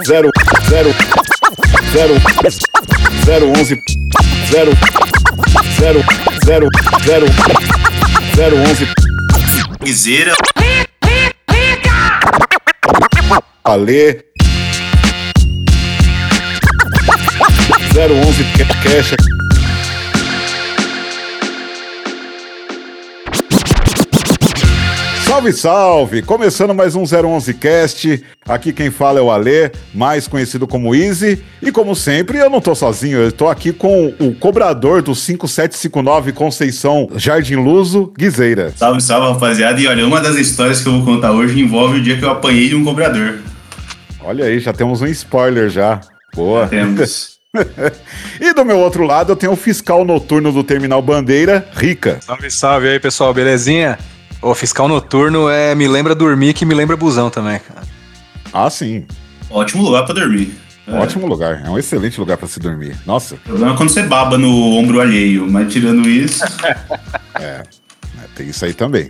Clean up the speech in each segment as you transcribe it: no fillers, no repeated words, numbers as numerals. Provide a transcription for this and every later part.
0 0 0 0 11 0 0 0 0 0 11 Guizeira. Ale 011 Cash. Salve, salve! Começando mais um 011 Cast, aqui quem fala é o Ale, mais conhecido como Easy, e como sempre, eu não tô sozinho, eu tô aqui com o cobrador do 5759 Conceição Jardim Luso, Guizeira. Salve, salve, rapaziada, e olha, uma das histórias que eu vou contar hoje envolve o dia que eu apanhei de um cobrador. Olha aí, já temos um spoiler já. Boa. Já temos. E do meu outro lado eu tenho o fiscal noturno do Terminal Bandeira, Rica. Salve, salve aí, pessoal, belezinha? O fiscal noturno me lembra dormir, que me lembra busão também, cara. Ah, sim. Ótimo lugar pra dormir. Ótimo lugar, é um excelente lugar pra se dormir. Nossa. O problema é quando você baba no ombro alheio, mas tirando isso... Tem isso aí também,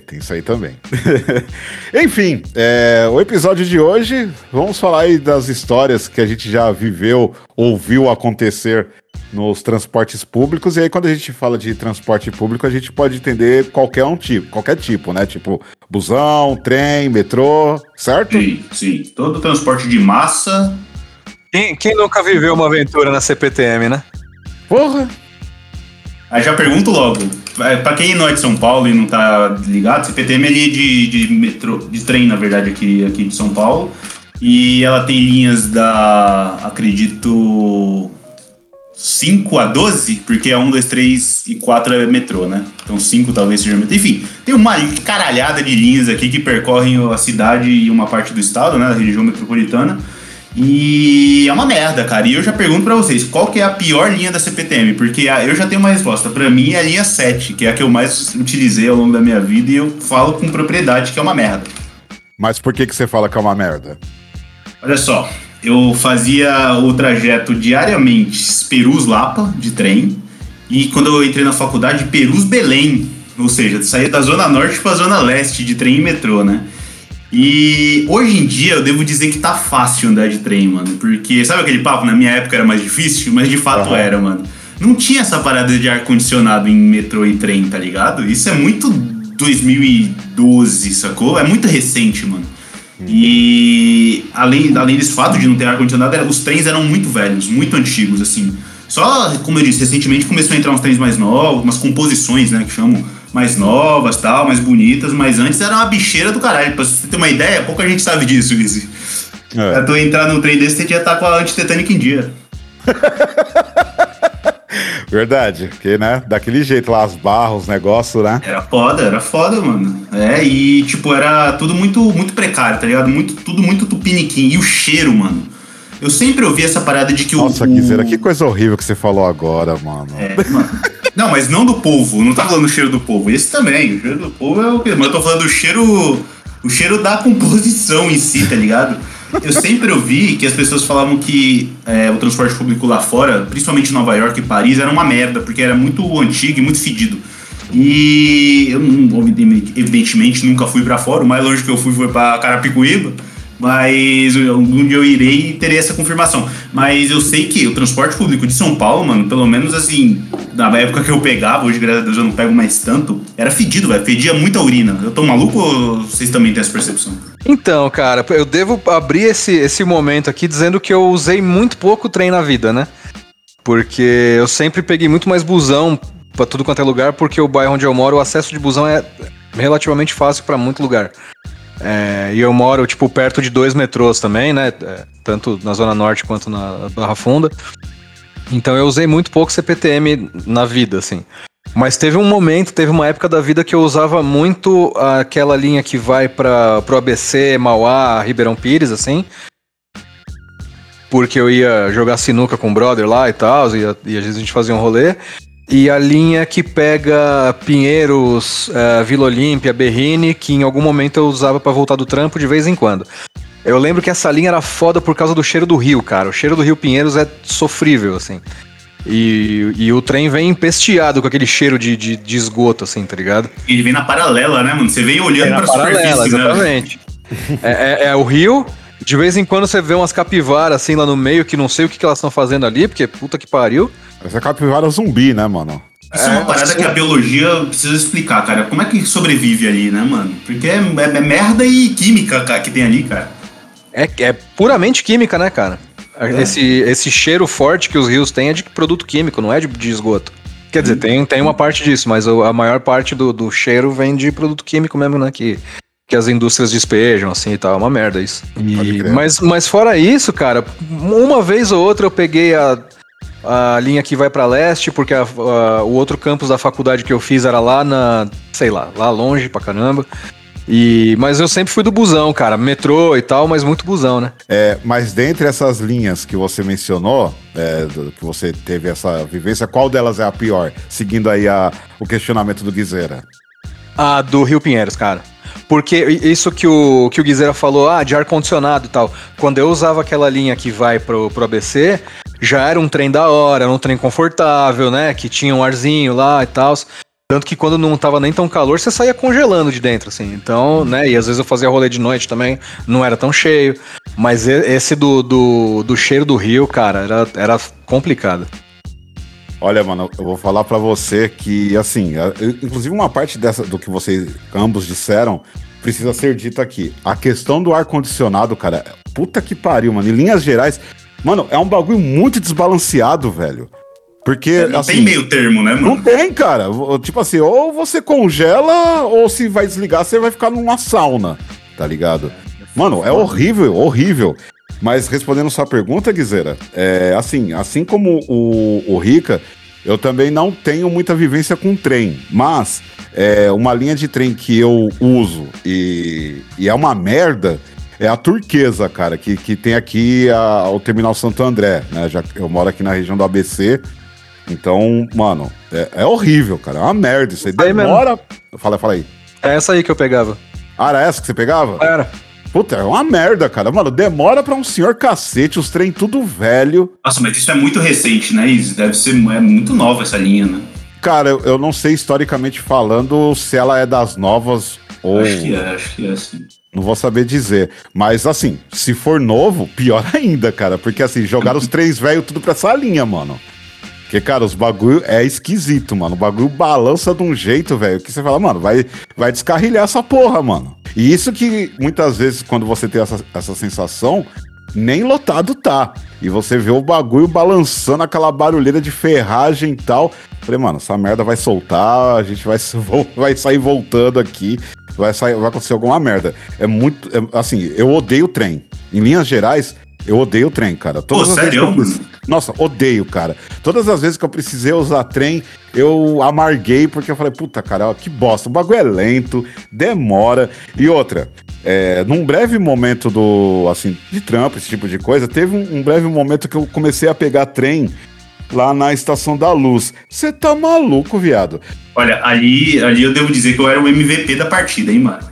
Enfim, o episódio de hoje, vamos falar aí das histórias que a gente já viveu, ouviu acontecer nos transportes públicos. E aí quando a gente fala de transporte público, a gente pode entender qualquer tipo, né? Tipo, busão, trem, metrô, certo? Sim. Todo transporte de massa... Quem nunca viveu uma aventura na CPTM, né? Porra! Aí já pergunto logo, pra quem não é de São Paulo e não tá ligado, CPTM é ali de metrô, de trem, na verdade, aqui de São Paulo. E ela tem linhas acredito, 5 a 12, porque é 1, 2, 3 e 4 é metrô, né? Então 5 talvez seja metrô. Enfim, tem uma caralhada de linhas aqui que percorrem a cidade e uma parte do estado, né, da região metropolitana. E é uma merda, cara. E eu já pergunto pra vocês, qual que é a pior linha da CPTM? Porque eu já tenho uma resposta. Pra mim é a linha 7, que é a que eu mais utilizei ao longo da minha vida, e eu falo com propriedade que é uma merda. Mas por que você fala que é uma merda? Olha só, eu fazia o trajeto diariamente Perus-Lapa, de trem, e quando eu entrei na faculdade, Perus-Belém. Ou seja, saía da Zona Norte pra Zona Leste, de trem e metrô, né? E hoje em dia eu devo dizer que tá fácil andar de trem, mano. Porque, sabe aquele papo? Na minha época era mais difícil, mas de fato era, mano. Não tinha essa parada de ar-condicionado em metrô e trem, tá ligado? Isso é muito 2012, sacou? É muito recente, mano. E além desse fato de não ter ar-condicionado, os trens eram muito velhos, muito antigos, assim. Só, como eu disse, recentemente começou a entrar uns trens mais novos, umas composições, né, que chamam, mais novas, tal, mais bonitas, mas antes era uma bicheira do caralho. Pra você ter uma ideia, pouca gente sabe disso, Lizzy. Pra tu entrar num trem desse, você tinha que estar com a anti-tetânica em dia. Verdade, porque, né, daquele jeito lá, as barras, os negócios, né? Era foda, mano. E tipo, era tudo muito, muito precário, tá ligado? Tudo muito tupiniquim. E o cheiro, mano. Eu sempre ouvi essa parada de que Nossa, Guizeira, que coisa horrível que você falou agora, mano. Mano. Não, mas não do polvo, não tá falando do cheiro do polvo. Esse também, o cheiro do polvo é o quê? Mas eu tô falando do cheiro da composição em si, tá ligado? Eu sempre ouvi que as pessoas falavam que o transporte público lá fora, principalmente em Nova York e Paris, era uma merda, porque era muito antigo e muito fedido. E eu, evidentemente, nunca fui pra fora, o mais longe que eu fui foi pra Carapicuíba. Mas algum dia eu irei e terei essa confirmação. Mas eu sei que o transporte público de São Paulo, mano, pelo menos assim, na época que eu pegava, hoje graças a Deus eu não pego mais tanto, era fedido, velho, fedia muita urina. Eu tô maluco ou vocês também têm essa percepção? Então, cara, eu devo abrir esse momento aqui dizendo que eu usei muito pouco trem na vida, né? Porque eu sempre peguei muito mais busão pra tudo quanto é lugar, porque o bairro onde eu moro, o acesso de busão é relativamente fácil pra muito lugar. E eu moro, tipo, perto de 2 metrôs também, né? Tanto na Zona Norte quanto na Barra Funda. Então eu usei muito pouco CPTM na vida, assim. Mas teve uma época da vida que eu usava muito aquela linha que vai pro ABC, Mauá, Ribeirão Pires, assim. Porque eu ia jogar sinuca com o brother lá e tal, e às vezes a gente fazia um rolê. E a linha que pega Pinheiros, Vila Olímpia, Berrini, que em algum momento eu usava pra voltar do trampo de vez em quando. Eu lembro que essa linha era foda por causa do cheiro do rio, cara. O cheiro do Rio Pinheiros é sofrível, assim. E o trem vem empesteado com aquele cheiro de esgoto, assim, tá ligado? E ele vem na paralela, né, mano? Você vem olhando pra superfície, exatamente. É o rio, De vez em quando você vê umas capivaras assim lá no meio que não sei o que elas estão fazendo ali, porque puta que pariu. Essa capivara é zumbi, né, mano? Isso é uma parada que a biologia precisa explicar, cara. Como é que sobrevive ali, né, mano? Porque é merda e química que tem ali, cara. É puramente química, né, cara? Esse cheiro forte que os rios têm é de produto químico, não é de esgoto. Quer dizer, tem uma parte disso, mas a maior parte do cheiro vem de produto químico mesmo, né? Que as indústrias despejam, assim, e tal. É uma merda isso. Mas fora isso, cara, uma vez ou outra eu peguei a linha que vai pra leste, porque o outro campus da faculdade que eu fiz era lá lá longe pra caramba. Mas eu sempre fui do busão, cara, metrô e tal, mas muito busão, né? Mas dentre essas linhas que você mencionou, que você teve essa vivência, qual delas é a pior? Seguindo aí o questionamento do Guizeira. A do Rio Pinheiros, cara. Porque isso que o Guizeira falou, de ar-condicionado e tal. Quando eu usava aquela linha que vai pro ABC, já era um trem da hora, era um trem confortável, né? Que tinha um arzinho lá e tal. Tanto que quando não tava nem tão calor, você saía congelando de dentro, assim. Então, né? E às vezes eu fazia rolê de noite também, não era tão cheio. Mas esse do cheiro do Rio, cara, era complicado. Olha, mano, eu vou falar pra você que, assim, inclusive uma parte do que vocês ambos disseram precisa ser dita aqui. A questão do ar-condicionado, cara, puta que pariu, mano. Em linhas gerais, mano, é um bagulho muito desbalanceado, velho. Porque, não assim, tem meio termo, né, mano? Não tem, cara. Tipo assim, ou você congela, ou se vai desligar, você vai ficar numa sauna, tá ligado? Mano, é horrível, horrível. Mas respondendo sua pergunta, Guizeira, assim como o Rica, eu também não tenho muita vivência com trem. Mas uma linha de trem que eu uso e é uma merda é a Turquesa, cara, que tem aqui o Terminal Santo André, né? Já eu moro aqui na região do ABC. Então, mano, é horrível, cara. É uma merda. Isso aí demora. Fala aí. É essa aí que eu pegava. Era essa que você pegava? Era. Puta, é uma merda, cara. Mano, demora pra um senhor cacete, os trem tudo velho. Nossa, mas isso é muito recente, né, Izzy? Deve ser muito nova essa linha, né? Cara, eu não sei historicamente falando se ela é das novas ou... Acho que é sim. Não vou saber dizer. Mas, assim, se for novo, pior ainda, cara. Porque, assim, jogaram os três velhos tudo pra essa linha, mano. Porque, cara, os bagulho é esquisito, mano. O bagulho balança de um jeito, velho, que você fala, mano, vai descarrilhar essa porra, mano. E isso que, muitas vezes, quando você tem essa sensação, nem lotado tá. E você vê o bagulho balançando, aquela barulheira de ferragem e tal. Falei, mano, essa merda vai soltar, a gente vai sair voltando aqui, vai acontecer alguma merda. Assim, eu odeio trem. Em linhas gerais, eu odeio trem, cara. Sério? Nossa, odeio, cara. Todas as vezes que eu precisei usar trem, eu amarguei, porque eu falei, puta, cara, que bosta. O bagulho é lento, demora. E outra, num breve momento de trampo, esse tipo de coisa, teve um breve momento que eu comecei a pegar trem lá na Estação da Luz. Você tá maluco, viado? Olha, ali eu devo dizer que eu era o MVP da partida, hein, mano?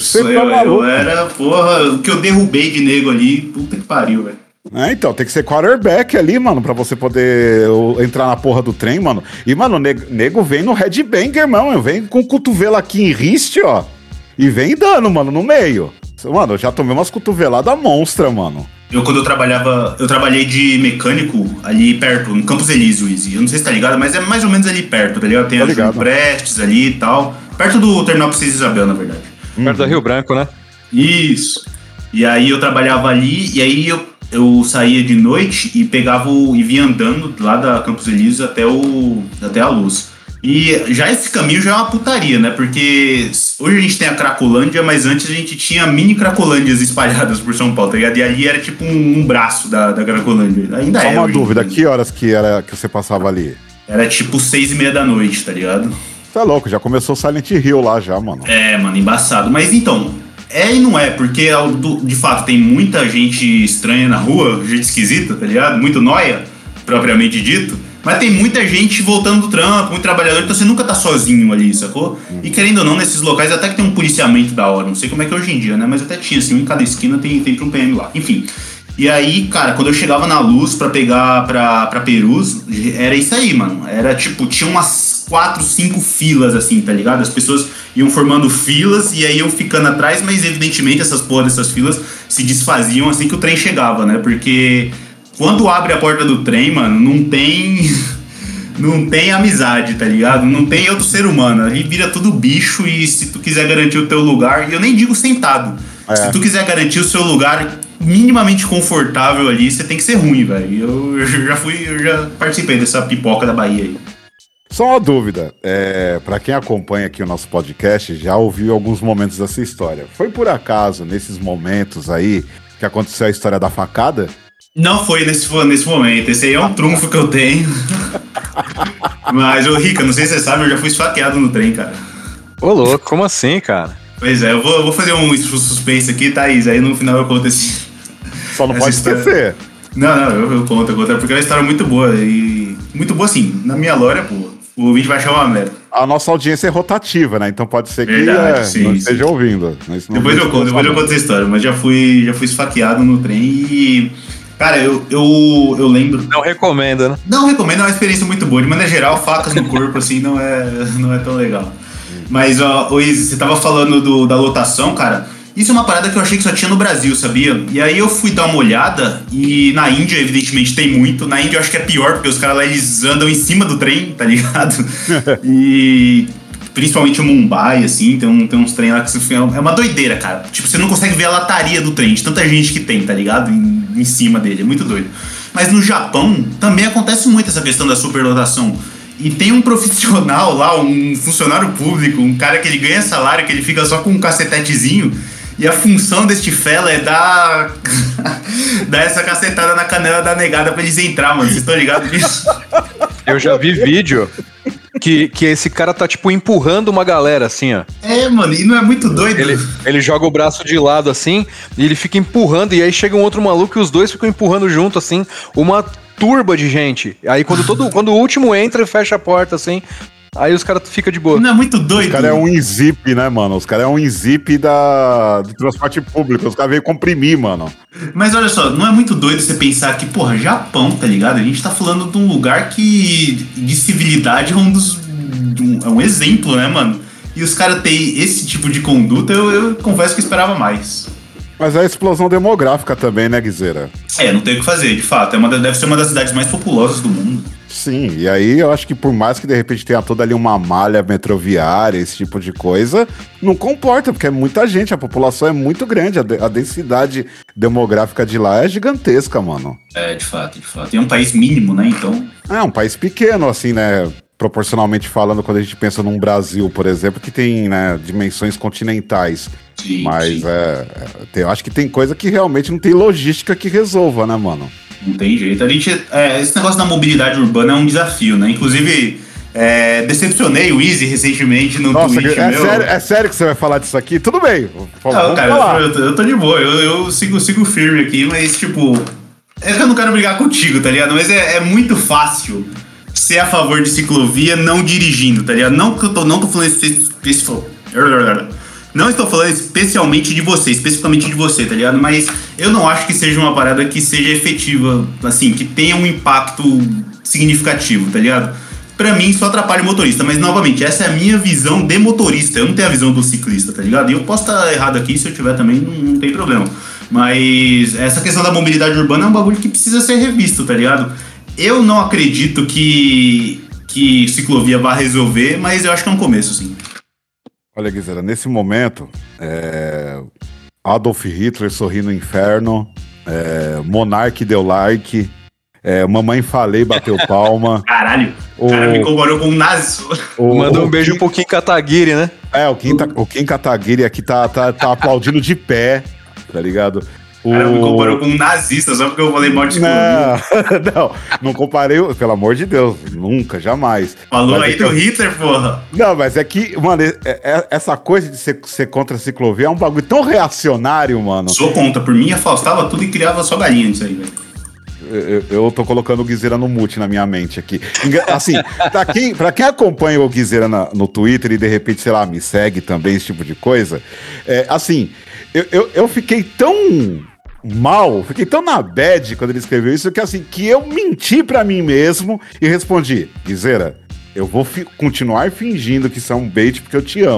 Eu era, porra, o que eu derrubei de nego ali, puta que pariu, velho. Então, tem que ser quarterback ali, mano, pra você poder entrar na porra do trem, mano. E, mano, nego vem no headbanger, mano, vem com o cotovelo aqui em riste, ó, e vem dando, mano, no meio. Mano, eu já tomei umas cotoveladas monstra, mano. Quando eu trabalhei de mecânico ali perto, no Campos Elíseos, eu não sei se tá ligado, mas é mais ou menos ali perto, tá ligado? Tem a Júlio Prestes ali e tal, perto do Terminal Princesa Isabel, na verdade. Perto da Rio Branco, né? Isso. E aí eu trabalhava ali, e aí eu saía de noite e e vinha andando lá da Campos Elíseos até a Luz. E já esse caminho já é uma putaria, né? Porque hoje a gente tem a Cracolândia, mas antes a gente tinha mini Cracolândias espalhadas por São Paulo, tá ligado? E ali era tipo um braço da Cracolândia. Ainda Só uma dúvida, que horas que você passava ali? Era tipo 6:30 da noite, tá ligado? Tá louco, já começou Silent Hill lá já, mano. Mano, embaçado. Mas então, e não é, porque de fato tem muita gente estranha na rua, gente esquisita, tá ligado? Muito nóia, propriamente dito. Mas tem muita gente voltando do trampo, muito trabalhador, então você nunca tá sozinho ali, sacou? E querendo ou não, nesses locais até que tem um policiamento da hora, não sei como é que é hoje em dia, né? Mas até tinha, assim, em cada esquina tem um PM lá. Enfim. E aí, cara, quando eu chegava na Luz pra pegar pra Perus, era isso aí, mano. Era tipo, tinha umas 4, 5 filas, assim, tá ligado? As pessoas iam formando filas e aí iam ficando atrás, mas evidentemente essas dessas filas se desfaziam assim que o trem chegava, né? Porque quando abre a porta do trem, mano, não tem amizade, tá ligado? Não tem outro ser humano. Ali vira tudo bicho e se tu quiser garantir o teu lugar, e eu nem digo sentado. Se tu quiser garantir o seu lugar minimamente confortável ali, você tem que ser ruim, velho. Eu já participei dessa pipoca da Bahia aí. Só uma dúvida, pra quem acompanha aqui o nosso podcast, já ouviu alguns momentos dessa história. Foi por acaso, nesses momentos aí, que aconteceu a história da facada? Não foi nesse momento, esse aí é um trunfo que eu tenho. Mas, ô Rica, não sei se você sabe, eu já fui esfaqueado no trem, cara. Ô louco, como assim, cara? Pois é, eu vou fazer um suspense aqui, Thaís, aí no final eu conto esse... Só não pode esquecer. Não, eu conto, porque é uma história muito boa, e muito boa assim, na minha lória, pô, o vídeo vai achar uma merda. A nossa audiência é rotativa, né, então pode ser que não esteja ouvindo. Depois eu conto essa história, mas já fui esfaqueado no trem e... Cara, eu lembro... Não recomendo, né? Não recomendo, é uma experiência muito boa. De maneira geral, facas no corpo, assim, não é tão legal. Mas, ó, Izzy, você tava falando da lotação, cara. Isso é uma parada que eu achei que só tinha no Brasil, sabia? E aí eu fui dar uma olhada, e na Índia, evidentemente, tem muito. Na Índia eu acho que é pior, porque os caras lá, eles andam em cima do trem, tá ligado? E... principalmente o Mumbai, assim, tem uns trem lá que você... É uma doideira, cara. Tipo, você não consegue ver a lataria do trem, de tanta gente que tem, tá ligado? Em cima dele, é muito doido. Mas no Japão, também acontece muito essa questão da superlotação. E tem um profissional lá, um funcionário público, um cara que ele ganha salário, que ele fica só com um cacetetezinho, e a função deste fela é dar essa cacetada na canela da negada pra eles entrar, mano. Vocês estão ligados nisso? Eu já vi vídeo que esse cara tá, tipo, empurrando uma galera, assim, ó. É, mano, e não é muito doido? Ele joga o braço de lado, assim, e ele fica empurrando, e aí chega um outro maluco e os dois ficam empurrando junto, assim, uma turba de gente. Aí quando o último entra, fecha a porta, assim, aí os caras ficam de boa. Não é muito doido? Os caras é um inzip, né, mano? Os caras é um inzip do transporte público. Os caras veio comprimir, mano. Mas olha só, não é muito doido você pensar que, porra, Japão, tá ligado? A gente tá falando de um lugar que de civilidade é um exemplo, né, mano? E os caras têm esse tipo de conduta, eu confesso que esperava mais. Mas é a explosão demográfica também, né, Guizeira? Não tem o que fazer, de fato. Deve ser uma das cidades mais populosas do mundo. Sim, e aí eu acho que por mais que de repente tenha toda ali uma malha metroviária, esse tipo de coisa, não comporta, porque é muita gente, a população é muito grande, a densidade demográfica de lá é gigantesca, mano. De fato. E é um país mínimo, né, então... É um país pequeno, assim, né, proporcionalmente falando, quando a gente pensa num Brasil, por exemplo, que tem, né, dimensões continentais. Sim, mas eu acho que tem coisa que realmente não tem logística que resolva, né, mano? Não tem jeito. Esse negócio da mobilidade urbana é um desafio, né? Inclusive, decepcionei o Izzy recentemente no tweet meu. É sério que você vai falar disso aqui? Tudo bem. Não, cara, eu tô de boa. Eu sigo firme aqui, mas, tipo... eu não quero brigar contigo, tá ligado? Mas é muito fácil ser a favor de ciclovia não dirigindo, tá ligado? Não tô falando não estou falando especificamente de você, tá ligado? Mas eu não acho que seja uma parada que seja efetiva, assim, que tenha um impacto significativo, tá ligado? Pra mim, só atrapalha o motorista. Mas, novamente, essa é a minha visão de motorista. Eu não tenho a visão do ciclista, tá ligado? E eu posso estar errado aqui, se eu tiver também, não tem problema. Mas essa questão da mobilidade urbana é um bagulho que precisa ser revisto, tá ligado? Eu não acredito que ciclovia vá resolver, mas eu acho que é um começo, sim. Olha, Guizeira, nesse momento, Adolf Hitler sorri no inferno, Monark deu like, Mamãe Falei bateu palma. Caralho, o cara me comparou com um nazi. Mandou um beijo pro Kim Kataguiri, né? O Kim Kataguiri aqui tá aplaudindo de pé, tá ligado? O cara me comparou com um nazista só porque eu falei mal de ciclovia. Não comparei, pelo amor de Deus, nunca, jamais. Falou mas aí do Hitler, porra. Não, mas é que, mano, essa coisa de ser contra a ciclovia é um bagulho tão reacionário, mano. Sou contra, por mim afastava tudo e criava só galinha nisso aí, velho. Eu tô colocando o Guizeira no mute na minha mente aqui. Assim, pra quem acompanha o Guizeira no Twitter e de repente, sei lá, me segue também, esse tipo de coisa, assim, eu fiquei tão mal, fiquei tão na bad quando ele escreveu isso, que assim, que eu menti pra mim mesmo e respondi, Guizeira, eu vou continuar fingindo que isso é um bait porque eu te amo.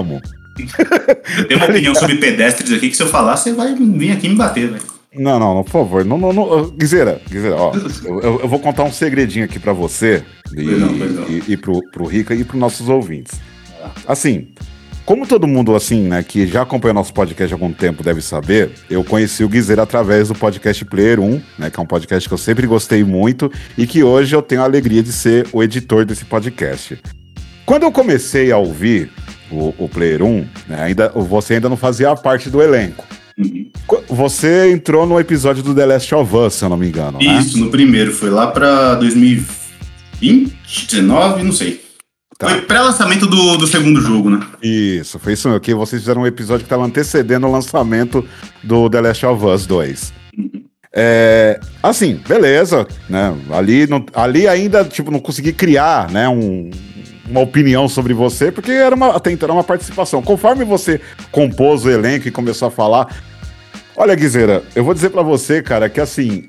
Eu tenho uma opinião sobre pedestres aqui que se eu falar, você vai vir aqui me bater, velho. Não, por favor. Não. Guizeira, ó. Eu vou contar um segredinho aqui pra você e pro Rica e pros nossos ouvintes. Assim, como todo mundo, assim, né, que já acompanha nosso podcast há algum tempo deve saber, eu conheci o Guizeira através do podcast Player 1, né, que é um podcast que eu sempre gostei muito e que hoje eu tenho a alegria de ser o editor desse podcast. Quando eu comecei a ouvir o Player 1, né, você ainda não fazia parte do elenco. Você entrou no episódio do The Last of Us, se eu não me engano, né? Isso, no primeiro. Foi lá pra 2020, 19, não sei. Tá. Foi pré-lançamento do segundo jogo, né? Isso, foi isso mesmo, que vocês fizeram um episódio que estava antecedendo o lançamento do The Last of Us 2. Assim, beleza, né? Ali ainda, tipo, não consegui criar, né, uma opinião sobre você, porque até então era uma participação. Conforme você compôs o elenco e começou a falar... Olha, Guizeira, eu vou dizer pra você, cara, que assim,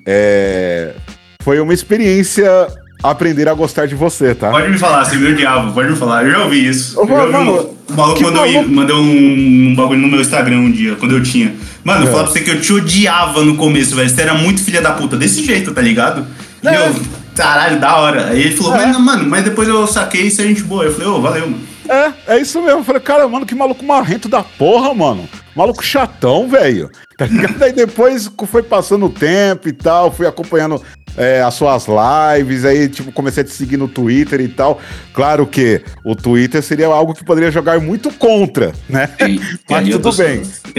foi uma experiência aprender a gostar de você, tá? Pode me falar, você viu o diabo, pode me falar. Eu já ouvi isso. O maluco mandou um bagulho no meu Instagram um dia, quando eu tinha. Mano, eu falava pra você que eu te odiava no começo, velho. Você era muito filha da puta, desse jeito, tá ligado? E eu, caralho, da hora. Aí ele falou, mas depois eu saquei isso é gente boa. Eu falei, valeu, mano. É isso mesmo. Eu falei, cara, mano, que maluco marrento da porra, mano. Maluco chatão, velho. Tá ligado? Aí depois foi passando o tempo e tal, fui acompanhando as suas lives, aí tipo, comecei a te seguir no Twitter e tal. Claro que o Twitter seria algo que poderia jogar muito contra, né? Sim, mas tudo bem.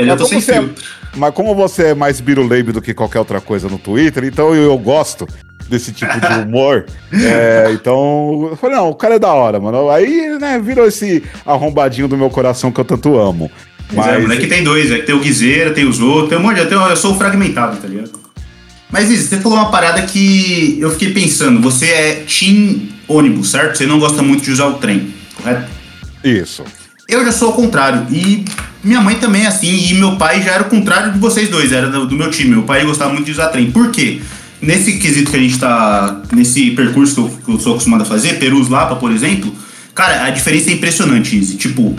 Mas como você é mais biruleibe do que qualquer outra coisa no Twitter, então eu gosto desse tipo de humor. Então, eu falei, não, o cara é da hora, mano. Aí, né, virou esse arrombadinho do meu coração que eu tanto amo. Mas é que tem dois, que tem o Guizeira, tem os outros, tem um monte, eu sou fragmentado, tá ligado? Mas isso, você falou uma parada que eu fiquei pensando, você é team ônibus, certo? Você não gosta muito de usar o trem, correto? Isso. Eu já sou ao contrário, e minha mãe também é assim, e meu pai já era o contrário de vocês dois, era do meu time, meu pai gostava muito de usar trem. Por quê? Nesse quesito que a gente tá, nesse percurso que eu sou acostumado a fazer, Perus-Lapa, por exemplo, cara, a diferença é impressionante, Izzy. Tipo,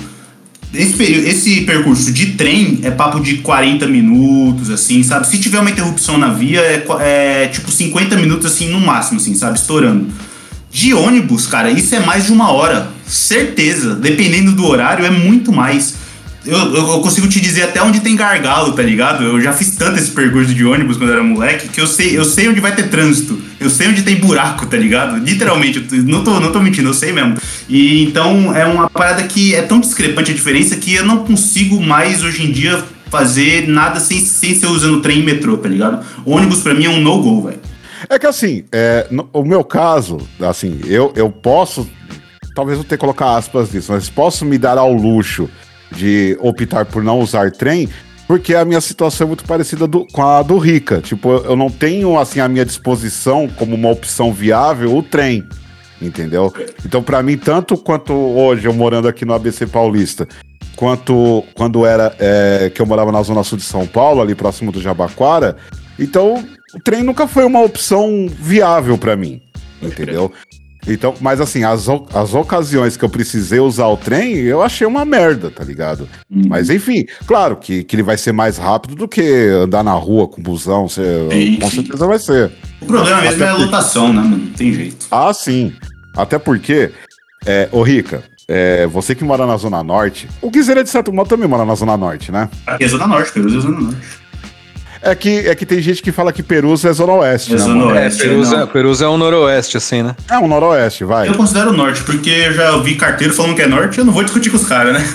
esse percurso de trem é papo de 40 minutos, assim, sabe? Se tiver uma interrupção na via, é tipo 50 minutos, assim, no máximo, assim, sabe? Estourando. De ônibus, cara, isso é mais de 1 hora. Certeza. Dependendo do horário, é muito mais. Eu consigo te dizer até onde tem gargalo, tá ligado? Eu já fiz tanto esse percurso de ônibus quando eu era moleque que eu sei onde vai ter trânsito. Eu sei onde tem buraco, tá ligado? Literalmente, não tô mentindo, eu sei mesmo. E então é uma parada que é tão discrepante a diferença que eu não consigo mais hoje em dia fazer nada sem ser usando trem e metrô, tá ligado? Ônibus pra mim é um no-go, velho. É que assim, o meu caso, assim, eu posso, talvez eu tenha que colocar aspas nisso, mas posso me dar ao luxo de optar por não usar trem, porque a minha situação é muito parecida com a do Rica. Tipo, eu não tenho, assim, à minha disposição, como uma opção viável, o trem, entendeu? Então, pra mim, tanto quanto hoje, eu morando aqui no ABC Paulista, quanto quando era que eu morava na Zona Sul de São Paulo, ali próximo do Jabaquara, então, o trem nunca foi uma opção viável pra mim, entendeu? Então, mas assim, as ocasiões que eu precisei usar o trem, eu achei uma merda, tá ligado? Mas enfim, claro que ele vai ser mais rápido do que andar na rua com busão, com certeza vai ser. O problema mesmo é a lotação, né, mano? Não tem jeito. Ah, sim. Até porque, ô Rica, você que mora na Zona Norte, o Guizeira de certo modo também mora na Zona Norte, né? Aqui é Zona Norte, Perus é Zona Norte. É que tem gente que fala que Perus é Zona Oeste, né? Zona Oeste, Perus é um noroeste, assim, né? É um noroeste, vai. Eu considero norte, porque eu já vi carteiro falando que é norte, eu não vou discutir com os caras, né?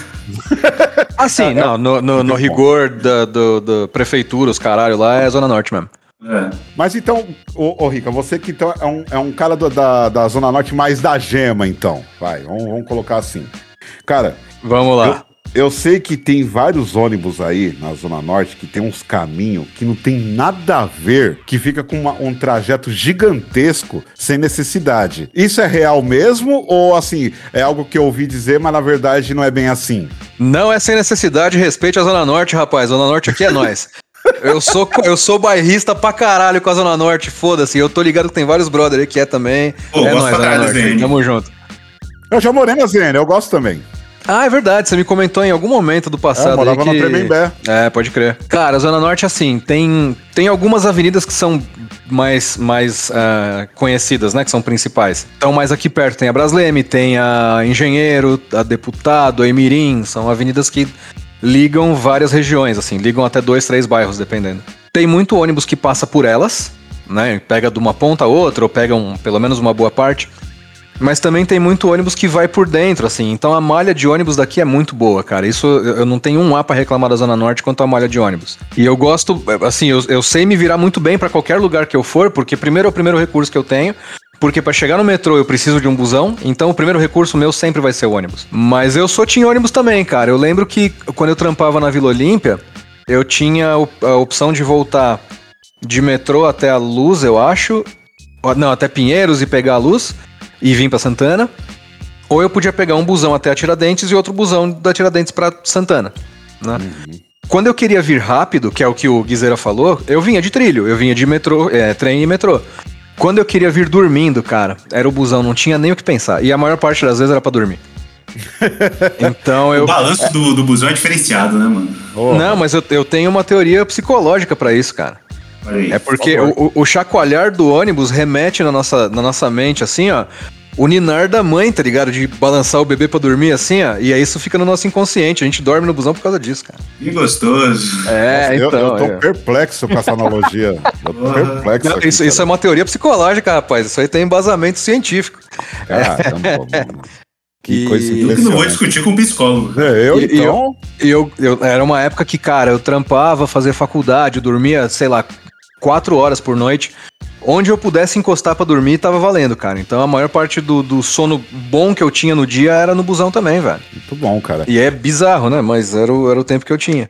Assim, não, no rigor da prefeitura, os caralho lá, é Zona Norte mesmo. Mas então, ô Rica, você que então é um cara da Zona Norte mais da gema, então. Vai, vamos colocar assim. Cara... Vamos lá. Eu sei que tem vários ônibus aí na Zona Norte que tem uns caminhos que não tem nada a ver, que fica com um trajeto gigantesco sem necessidade. Isso é real mesmo ou, assim, é algo que eu ouvi dizer, mas na verdade não é bem assim? Não é sem necessidade, respeite a Zona Norte, rapaz. Zona Norte aqui é nós. Eu sou bairrista pra caralho com a Zona Norte, foda-se. Eu tô ligado que tem vários brother aí que é também. Pô, é nóis, Zona Norte. Tamo junto. Eu já morei na ZN, eu gosto também. Ah, é verdade, você me comentou em algum momento do passado. Morava no Tremembé. Pode crer. Cara, a Zona Norte, assim, tem algumas avenidas que são mais conhecidas, né, que são principais. Então, mais aqui perto tem a Brasleme, tem a Engenheiro, a Deputado, a Emirim, são avenidas que ligam várias regiões, assim, ligam até 2, 3 bairros, dependendo. Tem muito ônibus que passa por elas, né, pega de uma ponta a outra, ou pega pelo menos uma boa parte. Mas também tem muito ônibus que vai por dentro, assim. Então a malha de ônibus daqui é muito boa, cara. Isso eu não tenho um A pra reclamar da Zona Norte quanto a malha de ônibus. E eu gosto, assim, eu sei me virar muito bem pra qualquer lugar que eu for, porque primeiro é o primeiro recurso que eu tenho. Porque pra chegar no metrô eu preciso de um busão, então o primeiro recurso meu sempre vai ser o ônibus. Mas eu sou team ônibus também, cara. Eu lembro que quando eu trampava na Vila Olímpia, eu tinha a opção de voltar de metrô até a Luz, eu acho. Não, até Pinheiros e pegar a Luz. E vim pra Santana, ou eu podia pegar um busão até a Tiradentes e outro busão da Tiradentes pra Santana, né? Quando eu queria vir rápido, que é o que o Guizeira falou, eu vinha de trilho, eu vinha de metrô, trem e metrô. Quando eu queria vir dormindo, cara, era o busão, não tinha nem o que pensar, e a maior parte das vezes era pra dormir. Então o balanço do busão é diferenciado, né, mano? Não, mas eu tenho uma teoria psicológica pra isso, cara. É porque o chacoalhar do ônibus remete na nossa mente, assim, ó, o ninar da mãe, tá ligado? De balançar o bebê pra dormir, assim, ó, e aí isso fica no nosso inconsciente. A gente dorme no busão por causa disso, cara. Que gostoso. Nossa, então. Eu tô perplexo com essa analogia. Eu tô perplexo. Não, aqui, isso é uma teoria psicológica, rapaz. Isso aí tem embasamento científico. Caramba, mano. Que coisa eu que não vou discutir com um psicólogo. Eu era uma época que, cara, eu trampava, fazia faculdade, eu dormia, sei lá, 4 horas por noite. Onde eu pudesse encostar pra dormir, tava valendo, cara. Então a maior parte do sono bom que eu tinha no dia era no busão também, velho. Muito bom, cara. E é bizarro, né? Mas era o tempo que eu tinha.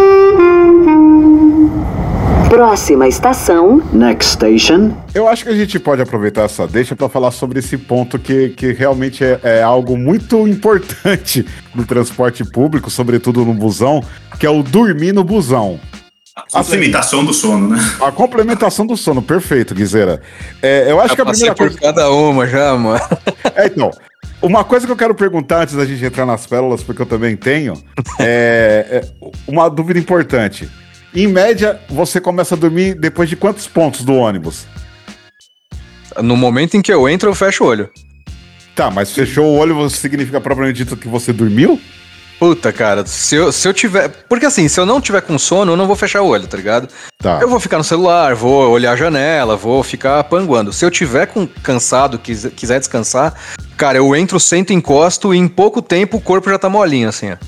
Próxima estação. Next station. Eu acho que a gente pode aproveitar essa deixa para falar sobre esse ponto que realmente é algo muito importante no transporte público, sobretudo no busão, que é o dormir no busão. A complementação do sono, né? A complementação do sono, perfeito, Guizeira. Eu acho que a primeira coisa... por cada uma já, mano. Então, uma coisa que eu quero perguntar antes da gente entrar nas pérolas, porque eu também tenho, uma dúvida importante. Em média, você começa a dormir depois de quantos pontos do ônibus? No momento em que eu entro, eu fecho o olho. Tá, mas fechou o olho significa propriamente dito que você dormiu? Puta, cara, se eu tiver... Porque assim, se eu não tiver com sono, eu não vou fechar o olho, tá ligado? Tá. Eu vou ficar no celular, vou olhar a janela, vou ficar panguando. Se eu tiver cansado, quiser descansar, cara, eu entro, sento, encosto e em pouco tempo o corpo já tá molinho, assim, ó.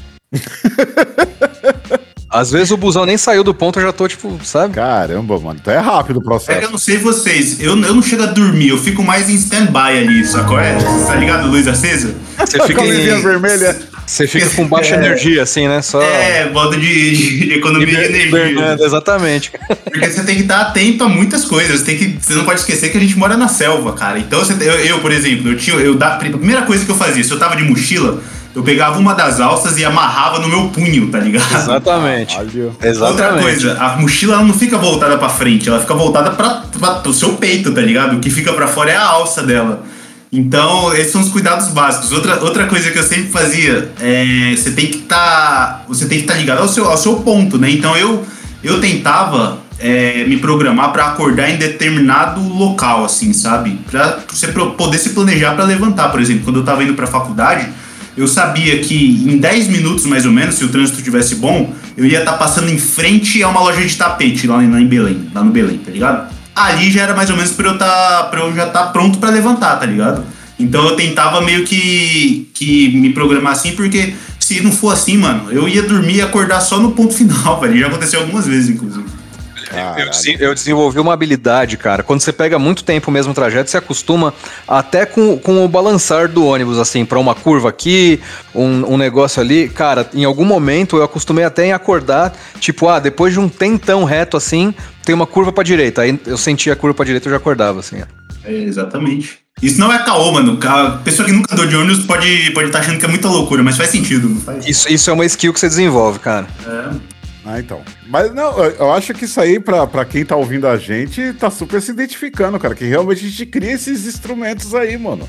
Às vezes o busão nem saiu do ponto, eu já tô, tipo, sabe? Caramba, mano, então é rápido o processo. Eu não sei vocês, eu não chego a dormir, eu fico mais em stand-by ali, sacou? Tá ligado, luz acesa? Você fica com a luzinha vermelha. Você fica com baixa energia, assim, né? Só... modo de economia de energia. Exatamente. Porque você tem que estar atento a muitas coisas. Você não pode esquecer que a gente mora na selva, cara. Então, eu por exemplo, a primeira coisa que eu fazia, se eu tava de mochila, eu pegava uma das alças e amarrava no meu punho, tá ligado? Exatamente. Outra coisa, a mochila ela não fica voltada pra frente, ela fica voltada pro seu peito, tá ligado? O que fica pra fora é a alça dela. Então, esses são os cuidados básicos. Outra coisa que eu sempre fazia você tem que estar ligado ao seu ponto, né? Então, eu tentava me programar para acordar em determinado local, assim, sabe? Pra você poder se planejar para levantar. Por exemplo, quando eu tava indo pra faculdade, eu sabia que em 10 minutos, mais ou menos, se o trânsito estivesse bom, eu ia estar passando em frente a uma loja de tapete lá no Belém, tá ligado? Ali já era mais ou menos pra eu já estar pronto pra levantar, tá ligado? Então eu tentava meio que me programar assim, porque se não for assim, mano, eu ia dormir e acordar só no ponto final, velho. Já aconteceu algumas vezes, inclusive. Eu desenvolvi uma habilidade, cara. Quando você pega muito tempo o mesmo trajeto, você acostuma até com o balançar do ônibus, assim, pra uma curva aqui, um negócio ali. Cara, em algum momento eu acostumei até em acordar, tipo, depois de um tentão reto assim, tem uma curva pra direita. Aí eu sentia a curva pra direita e eu já acordava, assim. Exatamente. Isso não é caô, mano. A pessoa que nunca andou de ônibus pode estar achando que é muita loucura, mas faz sentido, não faz? Isso é uma skill que você desenvolve, cara. Então. Mas não, eu acho que isso aí, pra quem tá ouvindo a gente, tá super se identificando, cara. Que realmente a gente cria esses instrumentos aí, mano.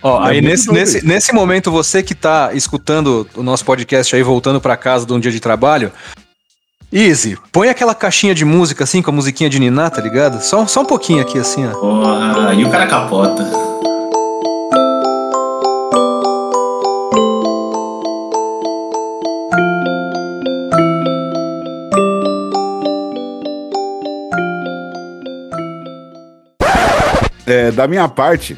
Ó, aí muito nesse momento, você que tá escutando o nosso podcast aí, voltando pra casa de um dia de trabalho, Easy, põe aquela caixinha de música assim, com a musiquinha de Niná, tá ligado? Só um pouquinho aqui assim, ó. Porra, e o cara capota. Da minha parte,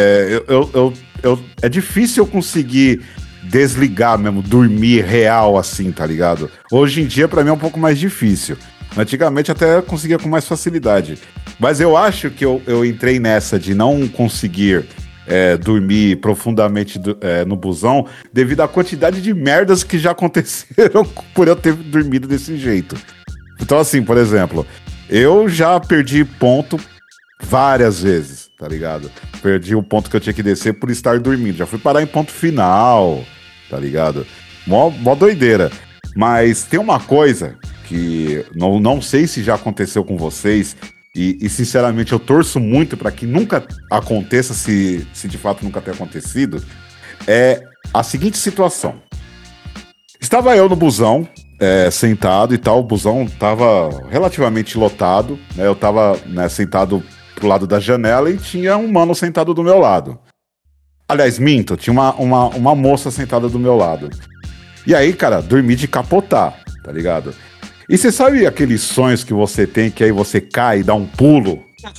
é difícil eu conseguir desligar mesmo, dormir real assim, tá ligado? Hoje em dia, pra mim, é um pouco mais difícil. Antigamente até eu conseguia com mais facilidade. Mas eu acho que eu entrei nessa de não conseguir dormir profundamente no busão devido à quantidade de merdas que já aconteceram por eu ter dormido desse jeito. Então, assim, por exemplo, eu já perdi ponto várias vezes, tá ligado? Perdi o ponto que eu tinha que descer por estar dormindo. Já fui parar em ponto final, tá ligado? Mó doideira. Mas tem uma coisa que não sei se já aconteceu com vocês e sinceramente eu torço muito para que nunca aconteça, se de fato nunca ter acontecido, é a seguinte situação. Estava eu no busão, sentado e tal, o busão tava relativamente lotado, né? Eu tava sentado pro lado da janela e tinha um mano sentado do meu lado. Aliás, minto, tinha uma moça sentada do meu lado. E aí, cara, dormi de capotar, tá ligado? E você sabe aqueles sonhos que você tem que aí você cai e dá um pulo?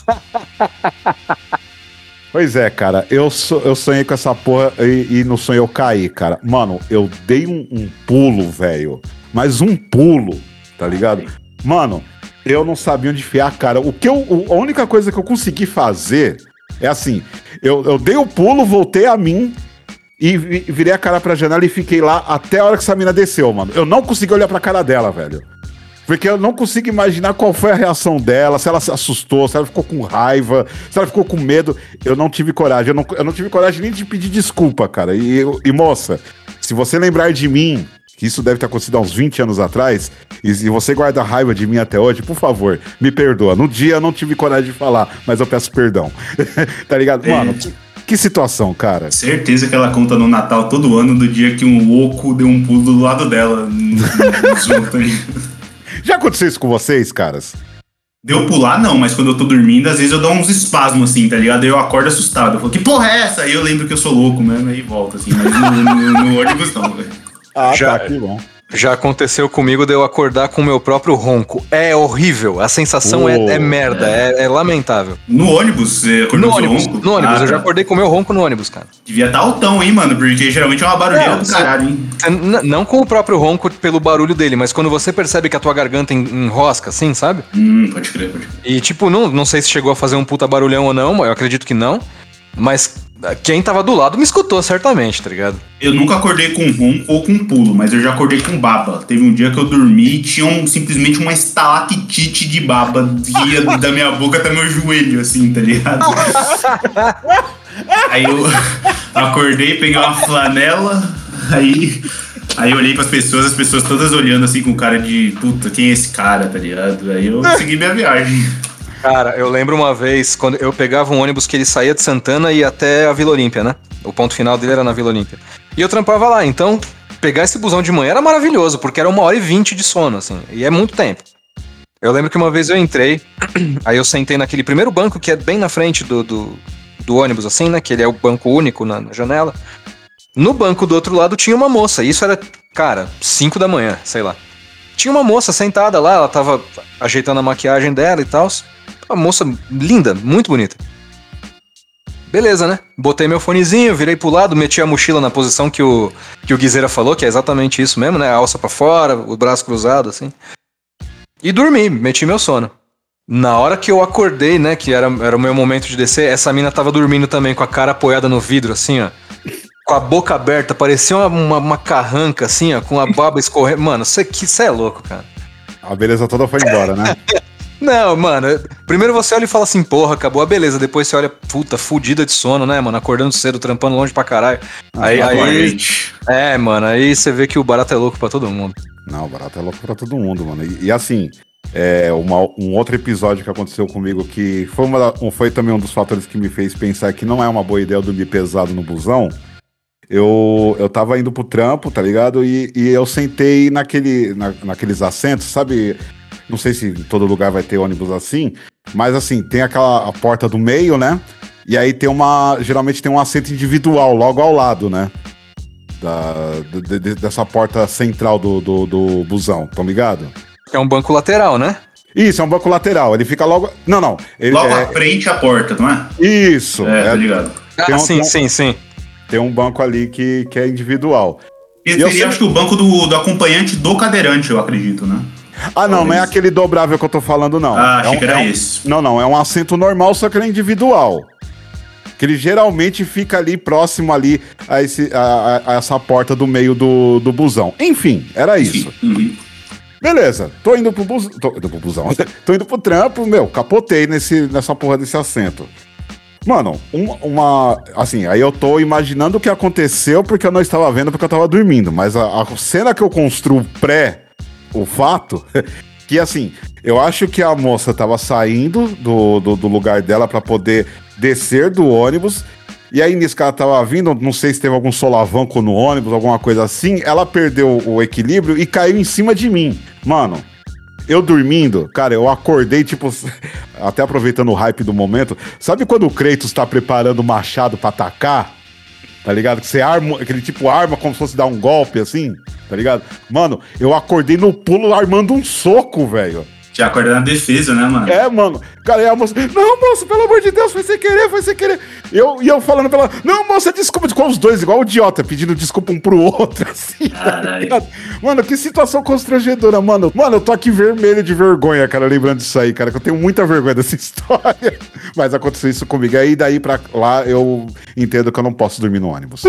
Pois é, cara, eu sonhei com essa porra e no sonho eu caí, cara. Mano, eu dei um pulo, velho. Mas um pulo, tá ligado? Mano, eu não sabia onde enfiar a cara. A única coisa que eu consegui fazer é assim, eu dei o pulo, voltei a mim e virei a cara pra janela e fiquei lá até a hora que essa mina desceu, mano. Eu não consegui olhar pra cara dela, velho. Porque eu não consigo imaginar qual foi a reação dela, se ela se assustou, se ela ficou com raiva, se ela ficou com medo. Eu não tive coragem, eu não tive coragem nem de pedir desculpa, cara. E moça, se você lembrar de mim, que isso deve ter acontecido há uns 20 anos atrás, e você guarda raiva de mim até hoje, por favor, me perdoa. No dia eu não tive coragem de falar, mas eu peço perdão. Tá ligado? Mano, que situação, cara. Certeza que ela conta no Natal todo ano do dia que um oco deu um pulo do lado dela. Já aconteceu isso com vocês, caras? Deu pular, não, mas quando eu tô dormindo, às vezes eu dou uns espasmos assim, tá ligado? Aí eu acordo assustado. Eu falo, que porra é essa? Aí eu lembro que eu sou louco mesmo, aí volta assim, mas no ônibus não, velho. Já, tá, que bom. Já aconteceu comigo de eu acordar com o meu próprio ronco. É horrível. A sensação é merda. É lamentável. No ônibus? Você acordou com o ronco? No ônibus. Eu já acordei com o meu ronco no ônibus, cara. Devia estar altão, hein, mano? Porque geralmente é uma barulheira do caralho, hein? Não com o próprio ronco pelo barulho dele, mas quando você percebe que a tua garganta enrosca, assim, sabe? Pode crer. E tipo, não sei se chegou a fazer um puta barulhão ou não, eu acredito que não. Mas quem tava do lado me escutou, certamente, tá ligado? Eu nunca acordei com ronco ou com pulo, mas eu já acordei com baba. Teve um dia que eu dormi e tinha simplesmente uma estalactite de baba que ia da minha boca até meu joelho, assim, tá ligado? Aí eu acordei, peguei uma flanela, aí eu olhei pras pessoas, as pessoas todas olhando assim com cara de puta, quem é esse cara, tá ligado? Aí eu segui minha viagem. Cara, eu lembro uma vez, quando eu pegava um ônibus que ele saía de Santana e ia até a Vila Olímpia, né? O ponto final dele era na Vila Olímpia. E eu trampava lá, então pegar esse busão de manhã era maravilhoso, porque era 1h20 de sono, assim, e é muito tempo. Eu lembro que uma vez eu entrei, aí eu sentei naquele primeiro banco que é bem na frente do ônibus, assim, né? Que ele é o banco único na janela. No banco do outro lado tinha uma moça, e isso era, cara, 5 da manhã, sei lá. Tinha uma moça sentada lá, ela tava ajeitando a maquiagem dela e tal. Uma moça linda, muito bonita. Beleza, né? Botei meu fonezinho, virei pro lado, meti a mochila na posição que o Guizeira falou, que é exatamente isso mesmo, né? A alça pra fora, o braço cruzado, assim. E dormi, meti meu sono. Na hora que eu acordei, né, que era o meu momento de descer, essa mina tava dormindo também, com a cara apoiada no vidro, assim, ó. Com a boca aberta, parecia uma carranca, assim, ó, com a baba escorrendo. Mano, você é louco, cara. A beleza toda foi embora, né? Não, mano, primeiro você olha e fala assim, porra, acabou a beleza. Depois você olha, puta, fudida de sono, né, mano? Acordando cedo, trampando longe pra caralho. Aí mano, aí você vê que o barato é louco pra todo mundo. Não, o barato é louco pra todo mundo, mano. E assim, Um outro episódio que aconteceu comigo que foi também um dos fatores que me fez pensar que não é uma boa ideia eu dormir pesado no busão. Eu tava indo pro trampo, tá ligado? E eu sentei naqueles assentos, sabe? Não sei se em todo lugar vai ter ônibus assim, mas assim, tem a porta do meio, né? E aí geralmente tem um assento individual logo ao lado, né? Dessa porta central do busão, tão ligado? É um banco lateral, né? Isso, é um banco lateral. Ele fica logo. Não. Logo à frente à porta, não é? Isso. Tá ligado. Sim. Tem um banco ali que é individual. Esse seria, acho que, o banco do acompanhante do cadeirante, eu acredito, né? Não é aquele dobrável que eu tô falando, não. Achei que era esse. Não, é um assento normal, só que ele é individual. Que ele geralmente fica ali próximo ali a essa porta do meio do busão. Enfim, era isso. Uhum. Beleza, tô indo pro busão. Tô indo pro trampo, capotei nessa porra desse assento. Mano, assim, aí eu tô imaginando o que aconteceu porque eu não estava vendo, porque eu tava dormindo. Mas a cena que eu construo o fato, que assim, eu acho que a moça tava saindo do lugar dela pra poder descer do ônibus. E aí, nisso que ela tava vindo, não sei se teve algum solavanco no ônibus, alguma coisa assim, ela perdeu o equilíbrio e caiu em cima de mim. Mano, eu dormindo, cara, eu acordei, tipo, até aproveitando o hype do momento, sabe quando o Kratos tá preparando o machado pra atacar? Tá ligado? Que você arma, aquele tipo arma como se fosse dar um golpe, assim, tá ligado? Mano, eu acordei no pulo armando um soco, velho. Já acordou na defesa, né, mano? Mano. Cara, e a moça... Não, moça, pelo amor de Deus, foi sem querer. E eu falando pra ela... Não, moça, desculpa. Com os dois, igual o idiota, pedindo desculpa um pro outro, assim, tá ligado? Mano, que situação constrangedora, mano. Mano, eu tô aqui vermelho de vergonha, cara, lembrando disso aí, cara, que eu tenho muita vergonha dessa história. Mas aconteceu isso comigo. Aí, daí pra lá, eu entendo que eu não posso dormir no ônibus.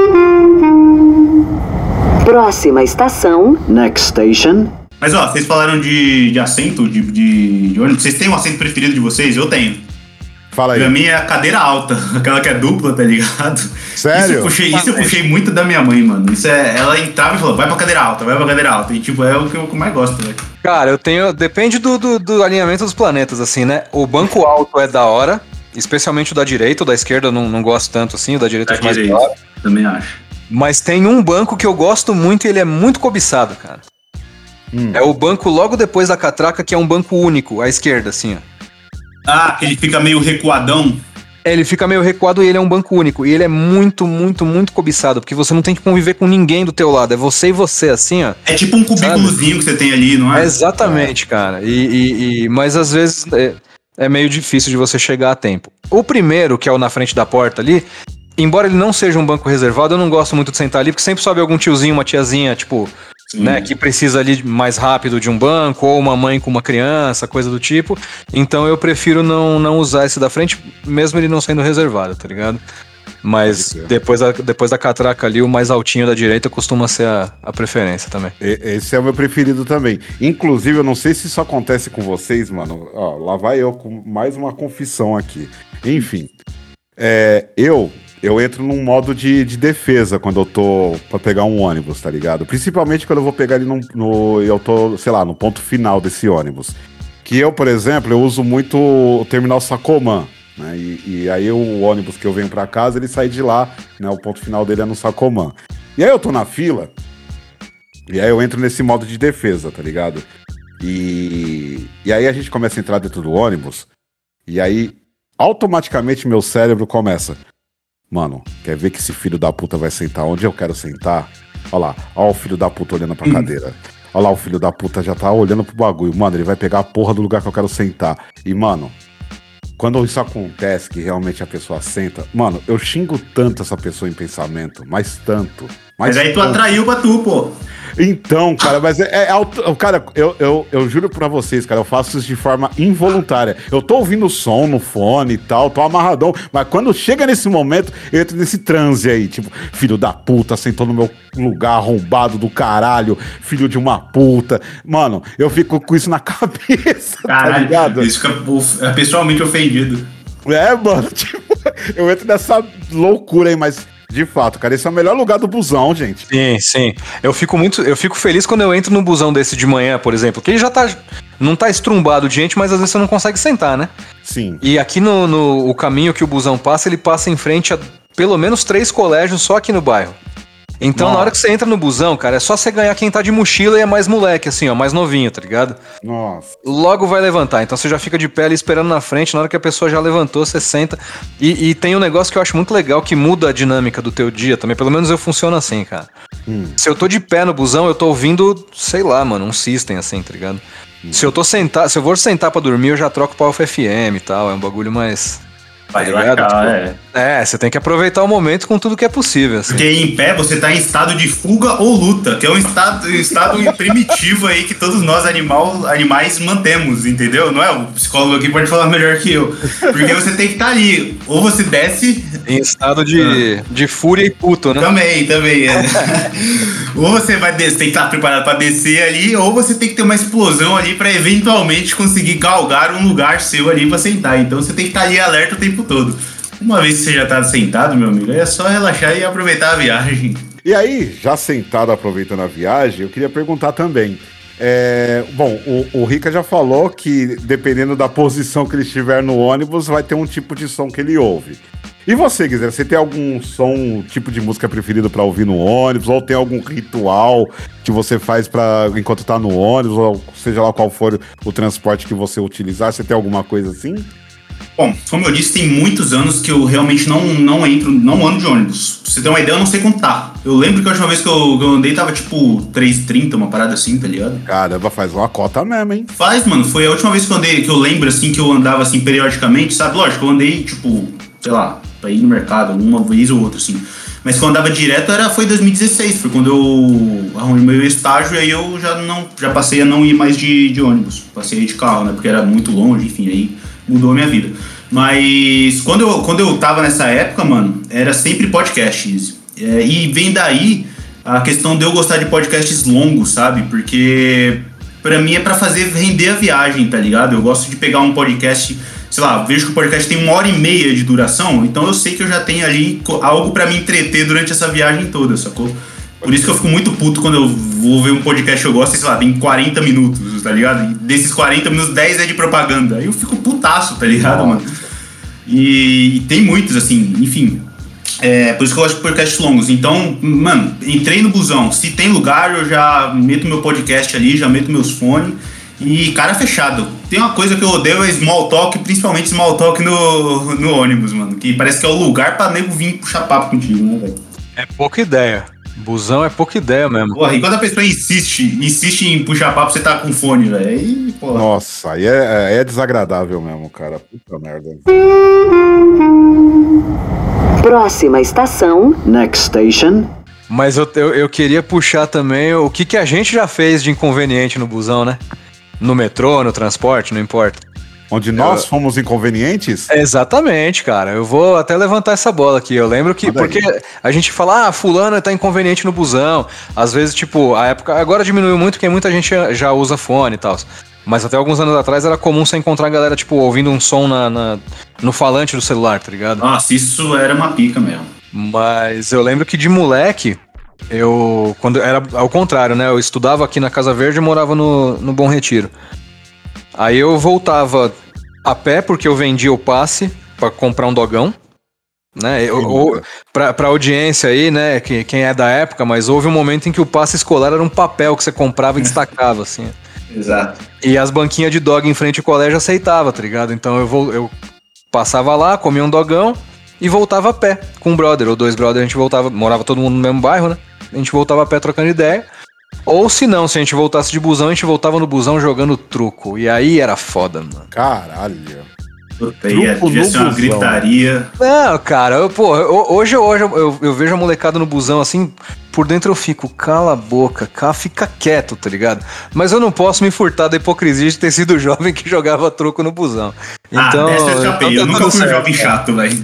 Próxima estação. Next station. Mas ó, vocês falaram de assento, de ônibus. Vocês têm um assento preferido de vocês? Eu tenho. Fala aí. Pra mim é a cadeira alta, aquela que é dupla, tá ligado? Sério? Isso eu puxei muito da minha mãe, mano. Ela entrava e falou, vai pra cadeira alta. E tipo, é o que eu mais gosto, velho. Cara, eu tenho... Depende do alinhamento dos planetas, assim, né? O banco alto é da hora, especialmente o da direita. O da esquerda eu não gosto tanto, assim. O da direita é mais da hora. Também acho. Mas tem um banco que eu gosto muito e ele é muito cobiçado, cara. É o banco logo depois da catraca, que é um banco único, à esquerda, assim, ó. Que ele fica meio recuadão. Ele fica meio recuado e ele é um banco único. E ele é muito, muito, muito cobiçado, porque você não tem que conviver com ninguém do teu lado. É você e você, assim, ó. É tipo um cubículozinho que você tem ali, não é? Exatamente, cara. Mas às vezes é meio difícil de você chegar a tempo. O primeiro, que é o na frente da porta ali, embora ele não seja um banco reservado, eu não gosto muito de sentar ali, porque sempre sobe algum tiozinho, uma tiazinha, tipo... né, que precisa ali mais rápido de um banco, ou uma mãe com uma criança, coisa do tipo. Então eu prefiro não usar esse da frente, mesmo ele não sendo reservado, tá ligado? Mas depois da catraca ali, o mais altinho da direita costuma ser a preferência também. Esse é o meu preferido também. Inclusive, eu não sei se isso acontece com vocês, mano. Ó, lá vai eu com mais uma confissão aqui. Enfim, eu entro num modo de defesa quando eu tô pra pegar um ônibus, tá ligado? Principalmente quando eu vou pegar ele eu tô, sei lá, no ponto final desse ônibus. Que eu, por exemplo, eu uso muito o terminal Sacomã, né? E aí o ônibus que eu venho pra casa, ele sai de lá, né? O ponto final dele é no Sacomã. E aí eu tô na fila, e aí eu entro nesse modo de defesa, tá ligado? E aí a gente começa a entrar dentro do ônibus, e aí automaticamente meu cérebro começa... Mano, quer ver que esse filho da puta vai sentar onde eu quero sentar? Olha lá, olha o filho da puta olhando pra cadeira. Olha lá, o filho da puta já tá olhando pro bagulho. Mano, ele vai pegar a porra do lugar que eu quero sentar. E, mano, quando isso acontece, que realmente a pessoa senta... Mano, eu xingo tanto essa pessoa em pensamento, mas tanto. Mas aí tu atraiu pra tu, pô. Então, cara, mas cara, eu juro pra vocês, cara, eu faço isso de forma involuntária. Eu tô ouvindo o som no fone e tal, tô amarradão, mas quando chega nesse momento, eu entro nesse transe aí, tipo, filho da puta, sentou no meu lugar arrombado do caralho, filho de uma puta. Mano, eu fico com isso na cabeça, caralho, tá ligado? Isso fica pessoalmente ofendido. Mano, tipo, eu entro nessa loucura aí, mas... De fato, cara, esse é o melhor lugar do busão, gente. Sim. Eu fico feliz quando eu entro num busão desse de manhã, por exemplo, que ele já não tá estrumbado de gente, mas às vezes você não consegue sentar, né? Sim. E aqui o caminho que o busão passa, ele passa em frente a pelo menos 3 colégios só aqui no bairro. Então, Nossa. Na hora que você entra no busão, cara, é só você ganhar quem tá de mochila e é mais moleque, assim, ó, mais novinho, tá ligado? Nossa. Logo vai levantar. Então você já fica de pé ali esperando na frente, na hora que a pessoa já levantou, você senta. E tem um negócio que eu acho muito legal, que muda a dinâmica do teu dia também. Pelo menos eu funciono assim, cara. Se eu tô de pé no busão, eu tô ouvindo, sei lá, mano, um System, assim, tá ligado? Se eu vou sentar pra dormir, eu já troco pra Alfa FM e tal. É um bagulho mais... Vai relaxar, você tem que aproveitar o momento com tudo que é possível. Assim. Porque em pé você tá em estado de fuga ou luta, que é um estado primitivo aí que todos nós animais mantemos, entendeu? Não é? O psicólogo aqui pode falar melhor que eu. Porque você tem que estar ali, ou você desce... Em estado de fúria e puto, né? Também. Ou você tem que estar preparado pra descer ali, ou você tem que ter uma explosão ali pra eventualmente conseguir galgar um lugar seu ali pra sentar. Então você tem que estar ali alerta o tempo todo. Uma vez que você já tá sentado, meu amigo, é só relaxar e aproveitar a viagem. E aí, já sentado aproveitando a viagem, eu queria perguntar também. Bom, o Rica já falou que dependendo da posição que ele estiver no ônibus, vai ter um tipo de som que ele ouve. E você, Guizera, você tem algum som, tipo de música preferido pra ouvir no ônibus? Ou tem algum ritual que você faz enquanto tá no ônibus? Ou seja lá qual for o transporte que você utilizar, você tem alguma coisa assim? Bom, como eu disse, tem muitos anos que eu realmente não ando de ônibus. Pra você ter uma ideia, eu não sei contar. Eu lembro que a última vez que eu andei tava tipo 3h30, uma parada assim, tá ligado? Caramba, faz uma cota mesmo, hein? Faz, mano. Foi a última vez que eu andei, que eu lembro assim, que eu andava assim periodicamente, sabe? Lógico, eu andei tipo, sei lá, pra ir no mercado uma vez ou outra, assim. Mas quando eu andava direto foi 2016, foi quando eu arrumei meu estágio e aí eu já passei a não ir mais de ônibus. Passei de carro, né? Porque era muito longe, enfim, aí mudou a minha vida. Mas quando eu tava nessa época, mano, era sempre podcast. E vem daí a questão de eu gostar de podcasts longos, sabe? Porque pra mim é pra fazer render a viagem, tá ligado? Eu gosto de pegar um podcast, sei lá, vejo que o podcast tem 1h30 de duração, então eu sei que eu já tenho ali algo pra me entreter durante essa viagem toda, sacou? Por isso que eu fico muito puto quando eu vou ver um podcast que eu gosto e, sei lá, tem 40 minutos, tá ligado? E desses 40 minutos, 10 é de propaganda. Aí eu fico putaço, tá ligado, mano? E tem muitos, assim, enfim. Por isso que eu gosto de podcasts longos. Então, mano, entrei no busão. Se tem lugar, eu já meto meu podcast ali, já meto meus fones. E cara fechado. Tem uma coisa que eu odeio, é small talk, principalmente small talk no ônibus, mano. Que parece que é o lugar pra nego vir puxar papo contigo, né, velho? É pouca ideia. Busão é pouca ideia mesmo. Porra, e quando a pessoa insiste em puxar papo, você tá com fone, velho. Aí, porra. Nossa, aí é desagradável mesmo, cara. Puta merda. Próxima estação, next station. Mas eu queria puxar também o que a gente já fez de inconveniente no busão, né? No metrô, no transporte, não importa. Onde nós fomos inconvenientes? Exatamente, cara. Eu vou até levantar essa bola aqui. Eu lembro que, porque a gente fala, fulano tá inconveniente no busão. Às vezes, tipo, a época... Agora diminuiu muito, porque muita gente já usa fone e tal. Mas até alguns anos atrás era comum você encontrar a galera, tipo, ouvindo um som no falante do celular, tá ligado? Nossa, isso era uma pica mesmo. Mas eu lembro que de moleque, quando era ao contrário, né? Eu estudava aqui na Casa Verde e morava no Bom Retiro. Aí eu voltava a pé, porque eu vendia o passe pra comprar um dogão, né? Pra audiência aí, né? Quem é da época, mas houve um momento em que o passe escolar era um papel que você comprava e destacava, assim. Exato. E as banquinhas de dog em frente ao colégio aceitava, tá ligado? Então eu passava lá, comia um dogão e voltava a pé com um brother ou 2 brothers. A gente voltava, morava todo mundo no mesmo bairro, né? A gente voltava a pé trocando ideia. Ou se não, se a gente voltasse de busão, a gente voltava no busão jogando truco. E aí era foda, mano. Caralho. Devia ser uma gritaria. Não, cara, hoje eu vejo a molecada no busão assim, por dentro eu fico, cala a boca, fica quieto, tá ligado? Mas eu não posso me furtar da hipocrisia de ter sido o jovem que jogava truco no busão. Então, dessa eu escapei. Eu nunca fui um jovem chato, velho.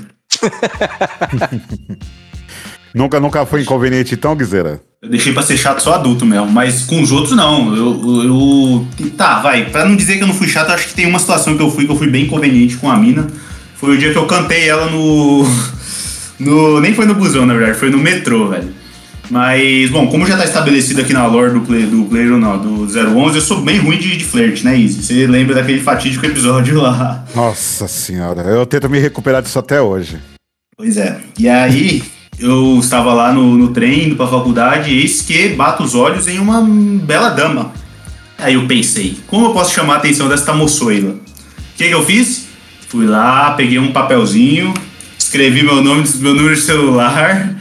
Nunca foi inconveniente então, Guizera? Eu deixei pra ser chato só adulto mesmo, mas com os outros não. Tá, vai. Pra não dizer que eu não fui chato, eu acho que tem uma situação que eu fui bem inconveniente com a mina. Foi o dia que eu cantei ela Nem foi no busão, na verdade, foi no metrô, velho. Mas, bom, como já tá estabelecido aqui na lore do Player não, do 011, eu sou bem ruim de flerte, né, Izzy? Você lembra daquele fatídico episódio lá? Nossa senhora, eu tento me recuperar disso até hoje. Pois é. E aí, eu estava lá no trem, indo pra faculdade, e eis que bato os olhos em uma bela dama. Aí eu pensei, como eu posso chamar a atenção desta moçoila? O que eu fiz? Fui lá, peguei um papelzinho, escrevi meu nome, meu número de celular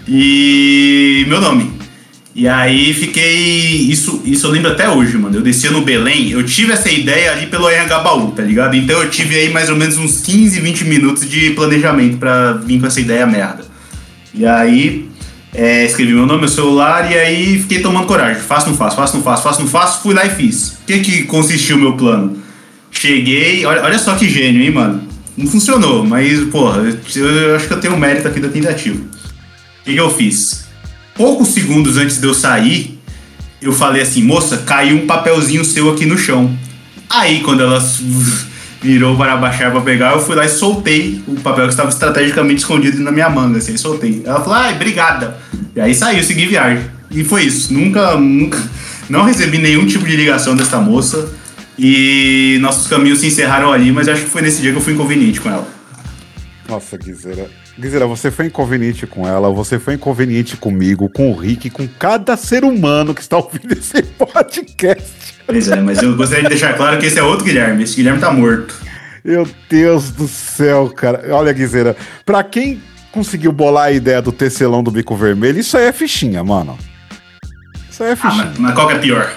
e meu nome. E aí fiquei... Isso eu lembro até hoje, mano. Eu descia no Belém, eu tive essa ideia ali pelo Anhangabaú, tá ligado? Então eu tive aí mais ou menos uns 15, 20 minutos de planejamento pra vir com essa ideia merda. E aí... escrevi meu nome, meu celular, e aí fiquei tomando coragem. Faço, não faço. Fui lá e fiz. O que consistiu o meu plano? Cheguei, olha só que gênio, hein, mano. Não funcionou, mas, porra, eu acho que eu tenho um mérito aqui da tentativa. O que eu fiz? Poucos segundos antes de eu sair, eu falei assim, moça, caiu um papelzinho seu aqui no chão. Aí, quando ela virou para baixar pra pegar, eu fui lá e soltei o papel que estava estrategicamente escondido na minha manga, assim, soltei. Ela falou, ai, obrigada. E aí saiu, segui viagem. E foi isso. Nunca, não recebi nenhum tipo de ligação desta moça. E nossos caminhos se encerraram ali, mas acho que foi nesse dia que eu fui inconveniente com ela. Nossa, Guizera, você foi inconveniente com ela, você foi inconveniente comigo, com o Rick, com cada ser humano que está ouvindo esse podcast. Pois é, mas eu gostaria de deixar claro que esse é outro Guilherme. Esse Guilherme tá morto. Meu Deus do céu, cara. Olha, Guizera, pra quem conseguiu bolar a ideia do tecelão do bico vermelho, isso aí é fichinha, mano. Isso aí é fichinha. Mas qual que é pior?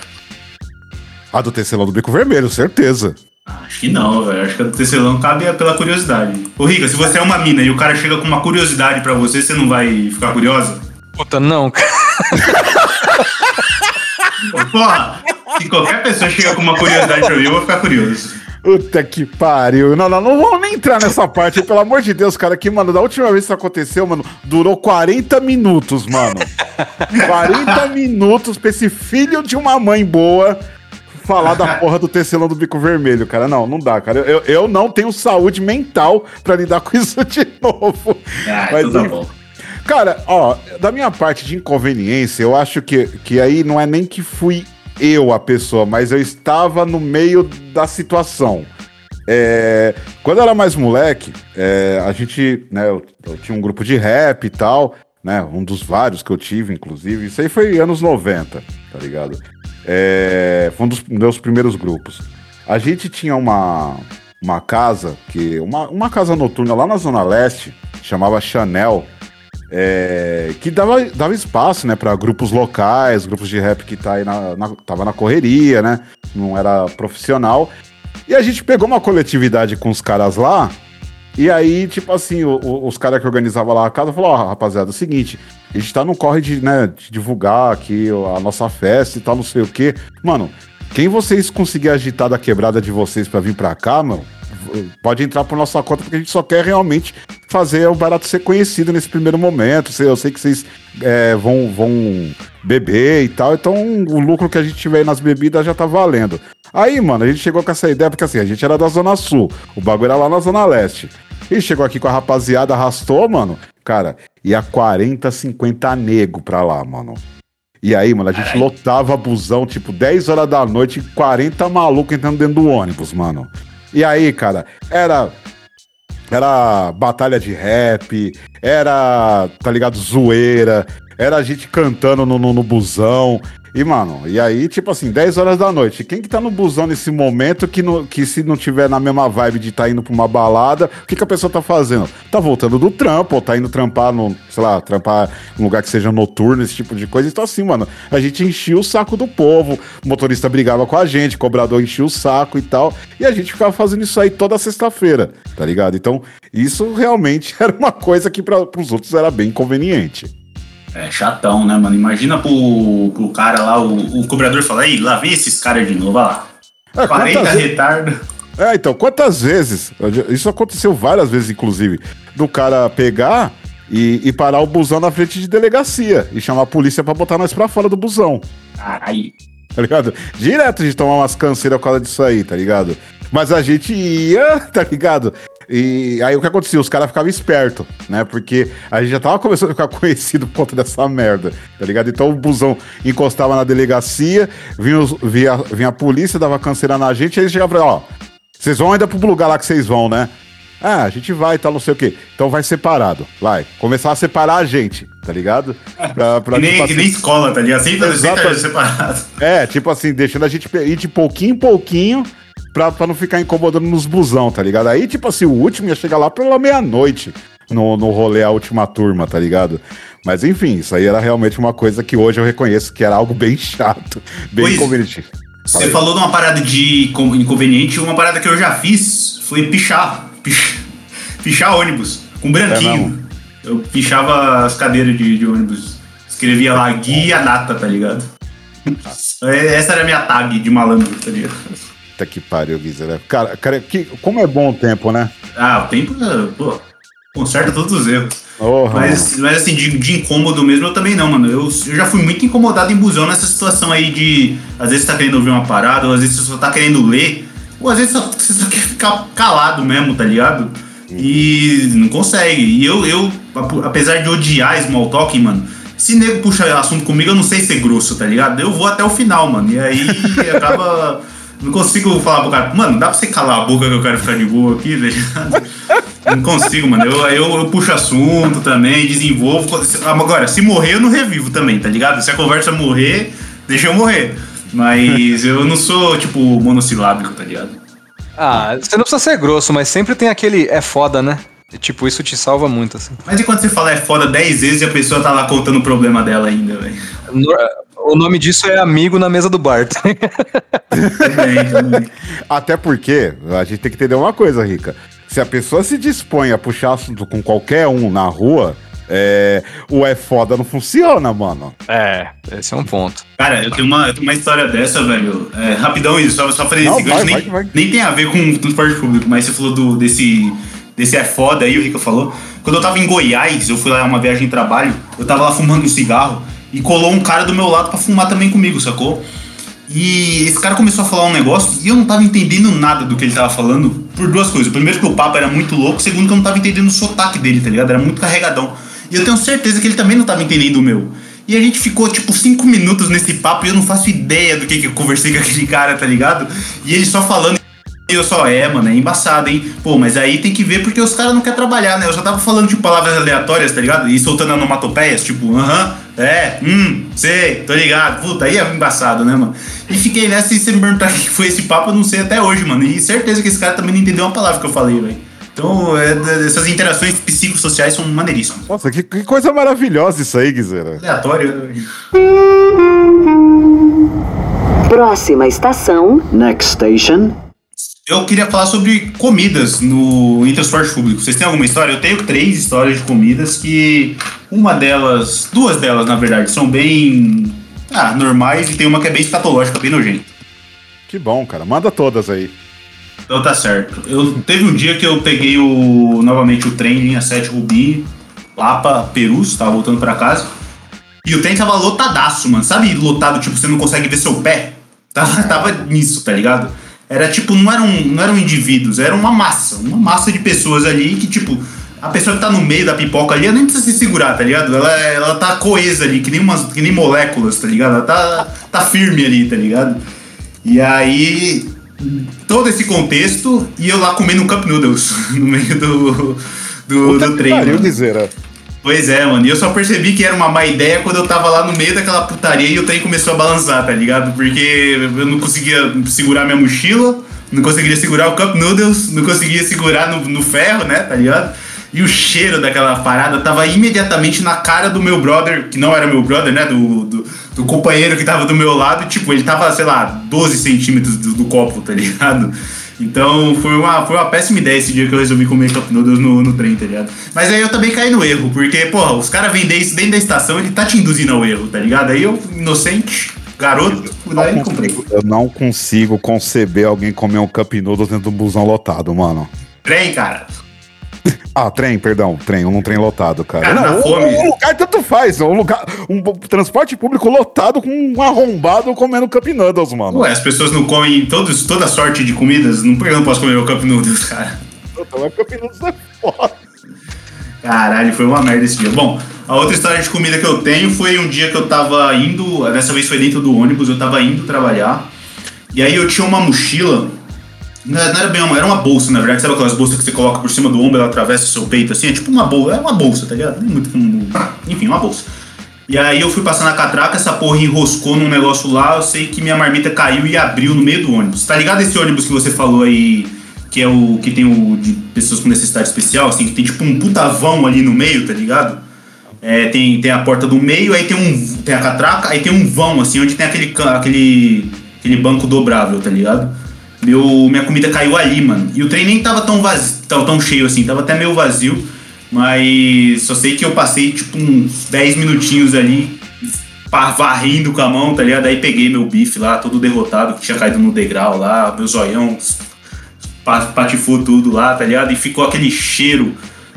A do tecelão do bico vermelho, certeza. Acho que não, velho. Acho que a do tecelão cabe pela curiosidade. Ô, Rica, se você é uma mina e o cara chega com uma curiosidade pra você, você não vai ficar curiosa? Puta, não, cara. Porra, se qualquer pessoa chega com uma curiosidade pra mim, eu vou ficar curioso. Puta que pariu. Não vamos nem entrar nessa parte, pelo amor de Deus, cara, que, mano, da última vez que isso aconteceu, mano, durou 40 minutos, mano. 40 minutos pra esse filho de uma mãe boa falar da porra do tecelão do bico vermelho, cara. Não dá, cara. Eu não tenho saúde mental pra lidar com isso de novo. Mas, tudo bom. Cara, ó, da minha parte de inconveniência, eu acho que aí não é nem que fui eu a pessoa, mas eu estava no meio da situação. Quando eu era mais moleque, a gente, né, eu tinha um grupo de rap e tal, né, um dos vários que eu tive, inclusive. Isso aí foi anos 90, tá ligado? Foi um dos meus primeiros grupos. A gente tinha uma casa, uma casa noturna lá na Zona Leste, chamava Chanel, que dava espaço, né, para grupos locais, grupos de rap que tá aí tava na correria, né, não era profissional. E a gente pegou uma coletividade com os caras lá, e aí, tipo assim, os caras que organizavam lá a casa falaram, ó, rapaziada, é o seguinte, a gente tá no corre de divulgar aqui a nossa festa e tal, não sei o quê. Mano, quem vocês conseguirem agitar da quebrada de vocês pra vir pra cá, mano, pode entrar por nossa conta, porque a gente só quer realmente fazer o barato ser conhecido nesse primeiro momento. Eu sei que vocês vão beber e tal, então o lucro que a gente tiver aí nas bebidas já tá valendo. Aí, mano, a gente chegou com essa ideia, porque assim, a gente era da Zona Sul, o bagulho era lá na Zona Leste. E chegou aqui com a rapaziada, arrastou, mano, cara, ia 40, 50 nego pra lá, mano. E aí, mano, a gente lotava busão, tipo, 10 horas da noite, 40 malucos entrando dentro do ônibus, mano. E aí, cara, era batalha de rap, era, tá ligado, zoeira, era a gente cantando no busão. E, mano, e aí, tipo assim, 10 horas da noite, quem que tá no busão nesse momento que se não tiver na mesma vibe de tá indo pra uma balada, o que a pessoa tá fazendo? Tá voltando do trampo, ou tá indo trampar trampar num lugar que seja noturno, esse tipo de coisa. Então assim, mano, a gente enchia o saco do povo, o motorista brigava com a gente, o cobrador enchia o saco e tal, e a gente ficava fazendo isso aí toda sexta-feira, tá ligado? Então, isso realmente era uma coisa que pros outros era bem inconveniente. Chatão, né, mano? Imagina pro cara lá, o cobrador falar, aí, lá vem esses caras de novo, olha lá. 40 retardo. Então, quantas vezes, isso aconteceu várias vezes, inclusive, do cara pegar e parar o busão na frente de delegacia e chamar a polícia pra botar nós pra fora do busão. Caralho. Tá ligado? Direto de tomar umas canseiras por causa disso aí, tá ligado? Mas a gente ia, tá ligado? E aí o que acontecia? Os caras ficavam espertos, né? Porque a gente já tava começando a ficar conhecido por conta dessa merda, tá ligado? Então o busão encostava na delegacia, vinha a polícia, dava canseira na gente, aí eles chegavam e falavam, ó, vocês vão ainda pro lugar lá que vocês vão, né? Ah, a gente vai e tal, não sei o quê. Então vai separado, vai. Começar a separar a gente, tá ligado? Que nem escola, tá ligado? Sempre separado. Tipo assim, deixando a gente ir de pouquinho em pouquinho pra não ficar incomodando nos busão, tá ligado? Aí, tipo assim, o último ia chegar lá pela meia-noite no rolê, a última turma, tá ligado? Mas enfim, isso aí era realmente uma coisa que hoje eu reconheço que era algo bem chato, bem inconveniente. Você falou de uma parada de inconveniente, uma parada que eu já fiz foi pichar ônibus com branquinho. Eu pichava as cadeiras de ônibus. Escrevia lá Gui e a data, tá ligado? Essa era a minha tag de malandro, tá ligado? Puta que pariu, Guizera. Cara, como é bom o tempo, né? Ah, o tempo, pô, conserta todos os erros. Mas assim, de incômodo mesmo, eu também não, mano. Eu já fui muito incomodado em busão nessa situação aí de... Às vezes você tá querendo ouvir uma parada, ou às vezes você só tá querendo ler, ou às vezes você só quer ficar calado mesmo, tá ligado? E não consegue. E eu, apesar de odiar small talking, mano, se nego puxa assunto comigo, eu não sei ser grosso, tá ligado? Eu vou até o final, mano. E aí acaba... Não consigo falar pro cara, mano, dá pra você calar a boca que eu quero ficar de boa aqui, tá ligado? Não consigo, mano. Eu puxo assunto também, desenvolvo. Agora, se morrer, eu não revivo também, tá ligado? Se a conversa morrer, deixa eu morrer. Mas eu não sou, tipo, monossilábico, tá ligado? Ah, você não precisa ser grosso, mas sempre tem aquele é foda, né? E, tipo, isso te salva muito, assim. Mas e quando você fala é foda 10 vezes e a pessoa tá lá contando o problema dela ainda, velho? O nome disso é amigo na mesa do bar. Também. Até porque a gente tem que entender uma coisa, Rica. Se a pessoa se dispõe a puxar assunto com qualquer um na rua, o é foda não funciona, mano. Esse é um ponto. Cara, eu tenho uma história dessa, velho. Rapidão isso, só fazer esse gancho. Nem tem a ver com transporte público, mas você falou desse é foda aí, o Rica falou. Quando eu tava em Goiás, eu fui lá uma viagem de trabalho, eu tava lá fumando um cigarro e colou um cara do meu lado pra fumar também comigo, sacou? E esse cara começou a falar um negócio e eu não tava entendendo nada do que ele tava falando por duas coisas. Primeiro que o papo era muito louco, segundo que eu não tava entendendo o sotaque dele, tá ligado? Era muito carregadão. E eu tenho certeza que ele também não tava entendendo o meu. E a gente ficou, tipo, 5 minutos nesse papo e eu não faço ideia do que eu conversei com aquele cara, tá ligado? E ele só falando e eu só, mano, é embaçado, hein? Pô, mas aí tem que ver porque os caras não querem trabalhar, né? Eu já tava falando, tipo, palavras aleatórias, tá ligado? E soltando onomatopeias, tipo, sei, tô ligado. Puta, aí é embaçado, né, mano? E fiquei nessa e você me perguntar o que foi esse papo, eu não sei até hoje, mano. E certeza que esse cara também não entendeu uma palavra que eu falei, velho. Então, essas interações psicossociais são maneiríssimas. Nossa, que coisa maravilhosa isso aí, Guizera. Aleatório. Próxima estação. Next station. Eu queria falar sobre comidas em transporte público. Vocês têm alguma história? Eu tenho 3 histórias de comidas que... duas delas, na verdade, são bem normais e tem uma que é bem escatológica, bem nojenta. Que bom, cara. Manda todas aí. Então tá certo. Teve um dia que eu peguei novamente o trem, linha 7 Rubi, Lapa, Perus, tava voltando pra casa. E o trem tava lotadaço, mano. Sabe lotado, tipo, você não consegue ver seu pé? Tava nisso, tá ligado? Era tipo, não eram indivíduos, era uma massa de pessoas ali que, tipo, a pessoa que tá no meio da pipoca ali, ela nem precisa se segurar, tá ligado? Ela tá coesa ali, que nem moléculas, tá ligado? Ela tá firme ali, tá ligado? E aí, todo esse contexto, e eu lá comendo um Cup Noodles no meio do trem. Pariu, Guizera. Pois é, mano, e eu só percebi que era uma má ideia quando eu tava lá no meio daquela putaria e o trem começou a balançar, tá ligado? Porque eu não conseguia segurar minha mochila, não conseguia segurar o Cup Noodles, não conseguia segurar no ferro, né, tá ligado? E o cheiro daquela parada tava imediatamente na cara do meu brother, que não era meu brother, né, do companheiro que tava do meu lado, tipo, ele tava, sei lá, 12 centímetros do copo, tá ligado? Então foi uma péssima ideia esse dia que eu resolvi comer Cup Noodles no trem, tá ligado? Mas aí eu também caí no erro, porque, porra, os caras vendem isso dentro da estação, ele tá te induzindo ao erro, tá ligado? Aí eu, inocente, garoto, fui lá e comprei. Eu não consigo conceber alguém comer um Cup Noodles dentro de um busão lotado, mano. Trem, cara. Trem, um trem lotado, cara. Cara, não, um lugar tanto faz, um transporte público lotado com um arrombado comendo Cup Noodles, mano. Ué, as pessoas não comem toda sorte de comidas, por que eu não posso comer o Cup Noodles, cara? Tomar Cup Noodles é foda. Caralho, foi uma merda esse dia. Bom, a outra história de comida que eu tenho foi um dia que eu tava indo, dessa vez foi dentro do ônibus, eu tava indo trabalhar, e aí eu tinha uma mochila, não era bem era uma bolsa, na verdade, sabe aquelas bolsas que você coloca por cima do ombro e ela atravessa o seu peito, assim, é tipo uma bolsa, é uma bolsa, tá ligado? Enfim, uma bolsa. E aí eu fui passar na catraca, essa porra enroscou num negócio lá, eu sei que minha marmita caiu e abriu no meio do ônibus. Tá ligado esse ônibus que você falou aí, que é o que tem o de pessoas com necessidade especial, assim, que tem tipo um puta vão ali no meio, tá ligado? Tem a porta do meio, aí tem a catraca, aí tem um vão, assim, onde tem aquele banco dobrável, tá ligado? Minha comida caiu ali, mano. E o trem nem tava tão cheio assim, tava até meio vazio. Mas só sei que eu passei tipo uns 10 minutinhos ali varrendo com a mão, tá ligado? Aí peguei meu bife lá, todo derrotado, que tinha caído no degrau lá, meu zoião patifou tudo lá, tá ligado? E ficou aquele cheiro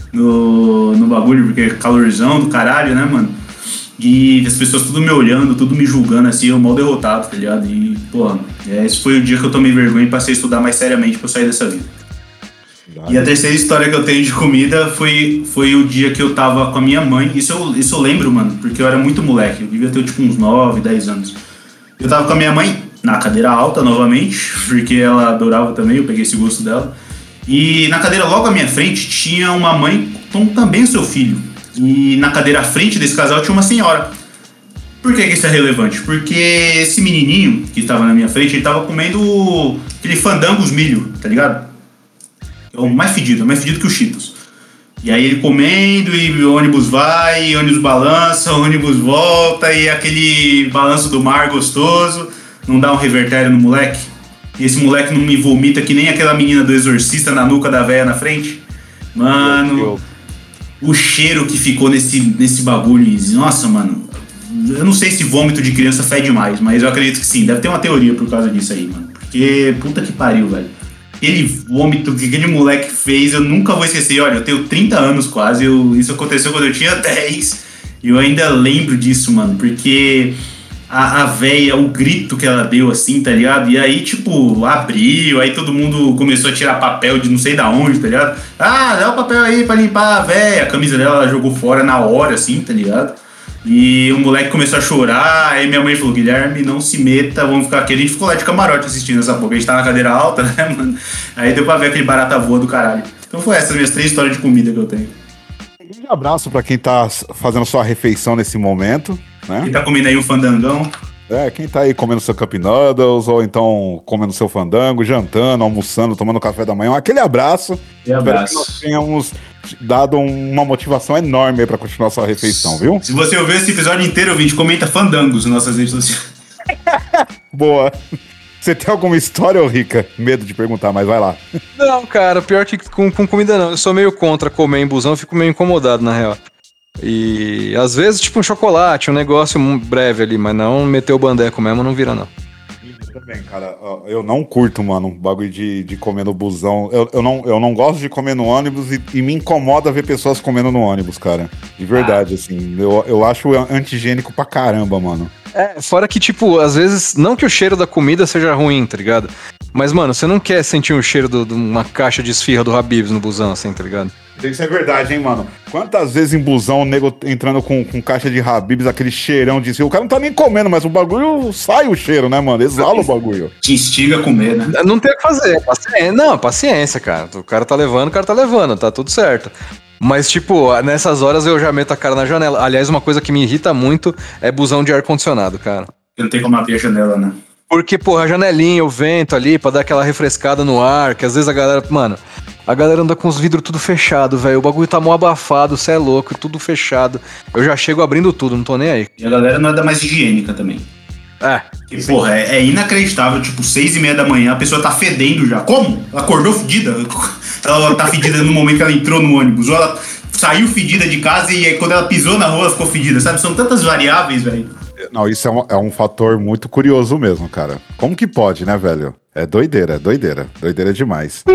no bagulho, porque é calorzão do caralho, né, mano? E as pessoas tudo me olhando, tudo me julgando assim, eu mal derrotado, tá ligado? E, porra, esse foi o dia que eu tomei vergonha e passei a estudar mais seriamente pra eu sair dessa vida. E a terceira história que eu tenho de comida foi o dia que eu tava com a minha mãe. Isso eu lembro, mano, porque eu era muito moleque. Eu devia ter tipo uns 9, 10 anos. Eu tava com a minha mãe na cadeira alta novamente, porque ela adorava também, eu peguei esse gosto dela. E na cadeira logo à minha frente tinha uma mãe com também o seu filho. E na cadeira à frente desse casal tinha uma senhora. Por que isso é relevante? Porque esse menininho que tava na minha frente, ele tava comendo aquele Fandangos milho, tá ligado? É o mais fedido que o Cheetos. E aí ele comendo e o ônibus vai, e o ônibus balança, o ônibus volta, e aquele balanço do mar gostoso, não dá um revertério no moleque? E esse moleque não me vomita que nem aquela menina do Exorcista na nuca da véia na frente? Mano, o cheiro que ficou nesse bagulho, nossa, mano, eu não sei se vômito de criança fede mais, mas eu acredito que sim, deve ter uma teoria por causa disso aí, mano. Porque, puta que pariu, velho. Aquele vômito que aquele moleque fez, eu nunca vou esquecer. Olha, eu tenho 30 anos quase, isso aconteceu quando eu tinha 10. E eu ainda lembro disso, mano, porque a véia, o grito que ela deu, assim, tá ligado? E aí, tipo, abriu, aí todo mundo começou a tirar papel de não sei da onde, tá ligado? Ah, dá o papel aí pra limpar a véia. A camisa dela, ela jogou fora na hora, assim, tá ligado? E o moleque começou a chorar, aí minha mãe falou, Guilherme, não se meta, vamos ficar aqui. A gente ficou lá de camarote assistindo essa porra, a gente tá na cadeira alta, né, mano? Aí deu pra ver aquele barata voa do caralho. Então foi essas minhas 3 histórias de comida que eu tenho. Um abraço pra quem tá fazendo sua refeição nesse momento, né? Quem tá comendo aí um fandangão. Quem tá aí comendo seu Cup Noodles, ou então comendo seu fandango, jantando, almoçando, tomando café da manhã. Aquele abraço. E abraço. Espero que nós tenhamos dado uma motivação enorme aí pra continuar sua refeição, viu? Se você ouvir esse episódio inteiro, ouvinte, comenta fandangos nas nossas redes sociais. Boa. Você tem alguma história, ô Rica? Medo de perguntar, mas vai lá. Não, cara, pior que com comida não. Eu sou meio contra comer em busão, eu fico meio incomodado, na real. E às vezes, tipo um chocolate, um negócio breve ali, mas não meter o bandeco mesmo não vira, não. Também, cara, eu não curto, mano, bagulho de comer no busão. Eu não gosto de comer no ônibus e me incomoda ver pessoas comendo no ônibus, cara. De verdade, assim. Eu acho antigênico pra caramba, mano. Fora que, tipo, às vezes, não que o cheiro da comida seja ruim, tá ligado? Mas, mano, você não quer sentir o cheiro de uma caixa de esfirra do Habib's no busão, assim, tá ligado? Isso é verdade, hein, mano? Quantas vezes em busão o nego entrando com caixa de Habib's, aquele cheirão de esfirra. O cara não tá nem comendo, mas o bagulho sai o cheiro, né, mano? Exala o bagulho. Te instiga a comer, né? Não tem o que fazer. Paciência, cara. O cara tá levando, tá tudo certo. Mas, tipo, nessas horas eu já meto a cara na janela. Aliás, uma coisa que me irrita muito é busão de ar-condicionado, cara. Não tem como abrir a janela, né? Porque, porra, a janelinha, o vento ali, pra dar aquela refrescada no ar, que às vezes a galera... Mano, a galera anda com os vidros tudo fechado, velho. O bagulho tá mó abafado, cê é louco, tudo fechado. Eu já chego abrindo tudo, não tô nem aí. E a galera não é da mais higiênica também. Que, porra, é inacreditável, tipo, 6h30 da manhã, a pessoa tá fedendo já. Como? Ela acordou fedida? Ela tá fedida no momento que ela entrou no ônibus. Ou ela saiu fedida de casa e aí, quando ela pisou na rua, ela ficou fedida, sabe? São tantas variáveis, velho. Não, isso é um fator muito curioso mesmo, cara. Como que pode, né, velho? É doideira. Doideira demais.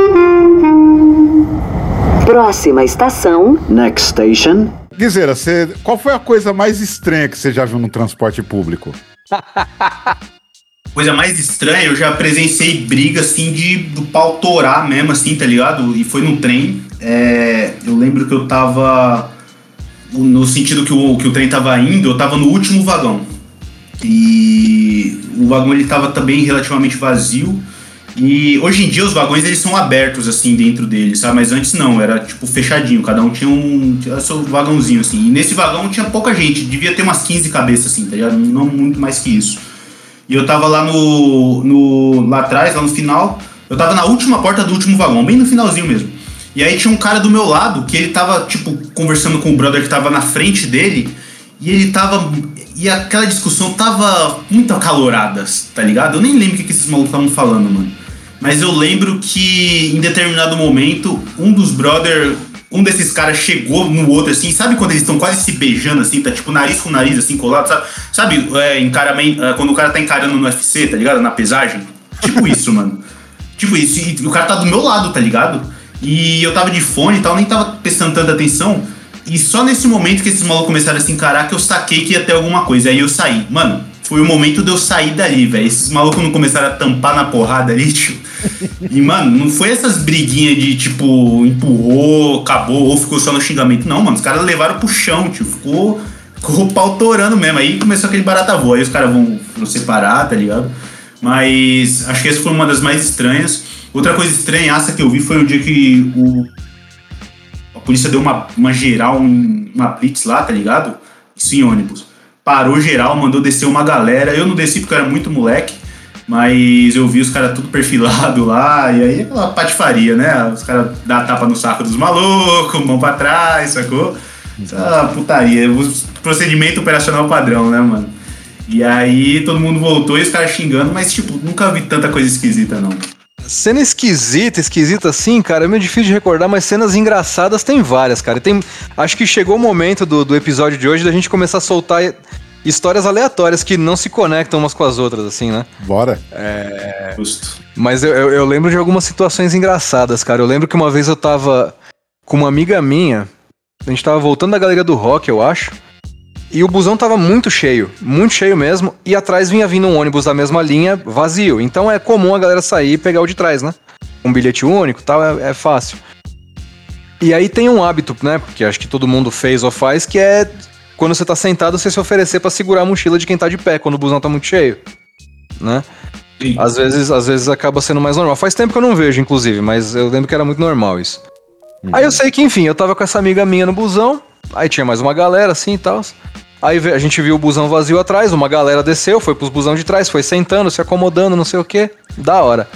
Próxima estação, next station. Guizeira, qual foi a coisa mais estranha que você já viu no transporte público? coisa mais estranha, eu já presenciei briga, assim, do pau torar mesmo, assim, tá ligado? E foi no trem. Eu lembro que eu tava... No sentido que o trem tava indo, eu tava no último vagão. E o vagão, ele tava também relativamente vazio. E hoje em dia os vagões, eles são abertos, assim, dentro deles, sabe? Mas antes não, era, tipo, fechadinho. Cada um tinha seu vagãozinho, assim. E nesse vagão tinha pouca gente. Devia ter umas 15 cabeças, assim, tá ligado? Não muito mais que isso. E eu tava lá lá atrás, lá no final. Eu tava na última porta do último vagão, bem no finalzinho mesmo. E aí tinha um cara do meu lado, que ele tava, tipo, conversando com o brother que tava na frente dele. E ele tava... E aquela discussão tava muito acalorada, tá ligado? Eu nem lembro o que esses malucos estavam falando, mano. Mas eu lembro que em determinado momento, um desses caras chegou no outro, assim, sabe quando eles estão quase se beijando, assim, tá tipo nariz com nariz, assim, colado, sabe? Sabe, quando o cara tá encarando no UFC, tá ligado? Na pesagem? Tipo isso, mano. Tipo isso, e o cara tá do meu lado, tá ligado? E eu tava de fone e tal, nem tava prestando tanta atenção. E só nesse momento que esses malucos começaram a se encarar que eu saquei que ia ter alguma coisa. Aí eu saí. Mano, foi o momento de eu sair dali, velho. Esses malucos não começaram a tampar na porrada ali, tio. E, mano, não foi essas briguinhas de, tipo, empurrou, acabou, ou ficou só no xingamento. Não, mano, os caras levaram pro chão, tio. Ficou o pau torando mesmo. Aí começou aquele barata voa. Aí os caras vão separar, tá ligado? Mas acho que essa foi uma das mais estranhas. Outra coisa estranhaça que eu vi foi o dia que a polícia deu uma geral, uma blitz lá, tá ligado? Isso em ônibus. Parou geral, mandou descer uma galera. Eu não desci porque eu era muito moleque, mas eu vi os caras tudo perfilado lá. E aí aquela patifaria, né? Os caras dão tapa no saco dos malucos, mão pra trás, sacou? Essa putaria. O procedimento operacional padrão, né, mano? E aí todo mundo voltou e os caras xingando, mas tipo, nunca vi tanta coisa esquisita, não. Cena esquisita assim, cara, é meio difícil de recordar, mas cenas engraçadas tem várias, cara. Acho que chegou o momento do episódio de hoje da gente começar a soltar histórias aleatórias que não se conectam umas com as outras, assim, né? Bora. Justo. Mas eu lembro de algumas situações engraçadas, cara. Eu lembro que uma vez eu tava com uma amiga minha, a gente tava voltando da Galeria do Rock, eu acho, e o busão tava muito cheio mesmo, e atrás vinha vindo um ônibus da mesma linha vazio. Então é comum a galera sair e pegar o de trás, né? Um bilhete único e tal, é fácil. E aí tem um hábito, né, que acho que todo mundo fez ou faz, que é quando você tá sentado, você se oferecer pra segurar a mochila de quem tá de pé, quando o busão tá muito cheio, né? Sim. Às vezes acaba sendo mais normal. Faz tempo que eu não vejo, inclusive, mas eu lembro que era muito normal isso. Aí eu sei que, enfim, eu tava com essa amiga minha no busão, aí tinha mais uma galera assim e tal. Aí a gente viu o busão vazio atrás, uma galera desceu, foi pros busão de trás, foi sentando, se acomodando, não sei o que. Da hora.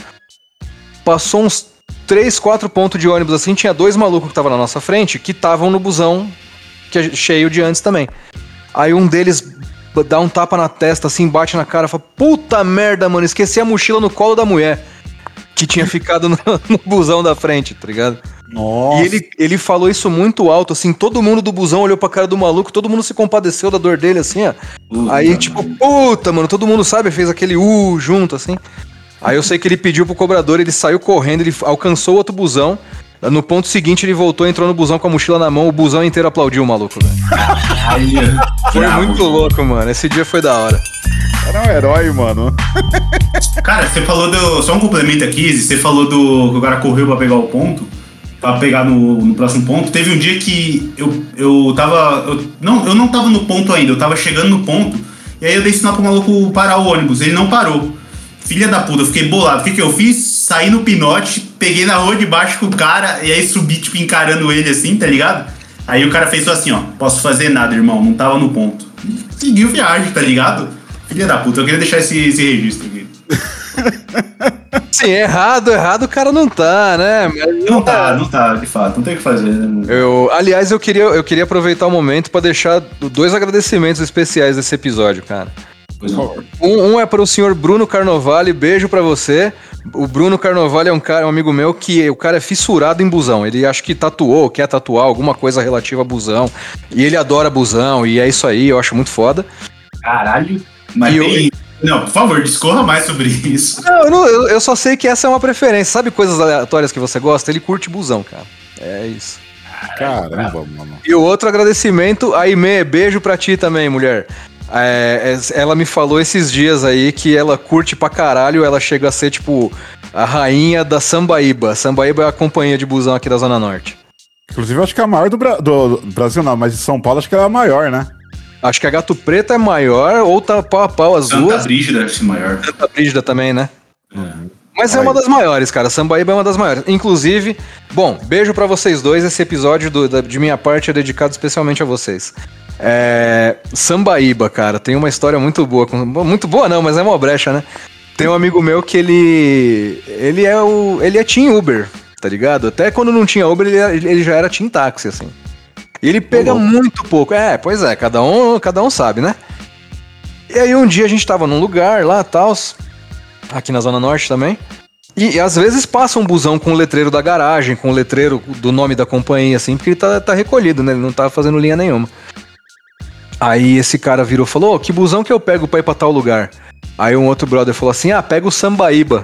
Passou uns 3, 4 pontos de ônibus assim, tinha 2 malucos que estavam na nossa frente, que estavam no busão que é cheio de antes também. Aí um deles dá um tapa na testa assim, bate na cara, fala: puta merda, mano, esqueci a mochila no colo da mulher que tinha ficado no busão da frente, tá ligado? Nossa. E ele falou isso muito alto, assim, todo mundo do busão olhou pra cara do maluco, todo mundo se compadeceu da dor dele, assim, ó. Aí, tipo, puta, mano, todo mundo sabe, fez aquele junto, assim. Aí eu sei que ele pediu pro cobrador, ele saiu correndo, ele alcançou outro busão. No ponto seguinte, ele voltou, entrou no busão com a mochila na mão, o busão inteiro aplaudiu o maluco, velho. Foi muito louco, mano, esse dia foi da hora. Era um herói, mano. Cara, você falou só um complemento aqui, você falou que o cara correu pra pegar o ponto, pra pegar no próximo ponto. Teve um dia que eu não tava no ponto ainda, eu tava chegando no ponto, e aí eu dei sinal pro maluco parar o ônibus, ele não parou. Filha da puta, eu fiquei bolado. O que eu fiz? Saí no pinote, peguei na rua de baixo com o cara, e aí subi, tipo, encarando ele assim, tá ligado? Aí o cara fez só assim, ó: posso fazer nada, irmão, não tava no ponto. Seguiu viagem, tá ligado? Filha da puta, eu queria deixar esse registro aqui. Sim, errado o cara não tá, né? Mas não tá, de fato, não tem o que fazer, né? Aliás, eu queria aproveitar o momento pra deixar 2 agradecimentos especiais desse episódio, cara. Pois não. Um é para o senhor Bruno Carnovale, beijo pra você. O Bruno Carnovale é um amigo meu que o cara é fissurado em busão. Ele acho que quer tatuar alguma coisa relativa a busão. E ele adora busão, e é isso aí, eu acho muito foda. Caralho. Mas não, por favor, discorra mais sobre isso. Eu só sei que essa é uma preferência. Sabe coisas aleatórias que você gosta? Ele curte busão, cara. É isso. Caramba, mano. E o outro agradecimento, Aimee, beijo pra ti também, mulher. Ela me falou esses dias aí que ela curte pra caralho, ela chega a ser, tipo, a rainha da Sambaíba. Sambaíba é a companhia de busão aqui da Zona Norte. Inclusive, eu acho que é a maior do Brasil, não, mas de São Paulo acho que ela é a maior, né? Acho que a Gato Preto é maior, ou tá pau a pau as duas. Santa Brígida acho maior. Santa Brígida também, né? Mas é uma das maiores, cara. Sambaíba é uma das maiores. Inclusive, bom, beijo pra vocês dois. Esse episódio de minha parte é dedicado especialmente a vocês. Sambaíba, cara, tem uma história muito boa. Muito boa não, mas é uma brecha, né? Tem um amigo meu que ele é Team Uber, tá ligado? Até quando não tinha Uber, ele já era Team Táxi, assim. E ele pega muito pouco. Pois é, cada um sabe, né? E aí um dia a gente tava num lugar lá, tal, aqui na Zona Norte também. E às vezes passa um busão com o letreiro da garagem, com o letreiro do nome da companhia, assim, porque ele tá recolhido, né? Ele não tá fazendo linha nenhuma. Aí esse cara virou e falou, que busão que eu pego pra ir pra tal lugar? Aí um outro brother falou assim, pega o Sambaíba.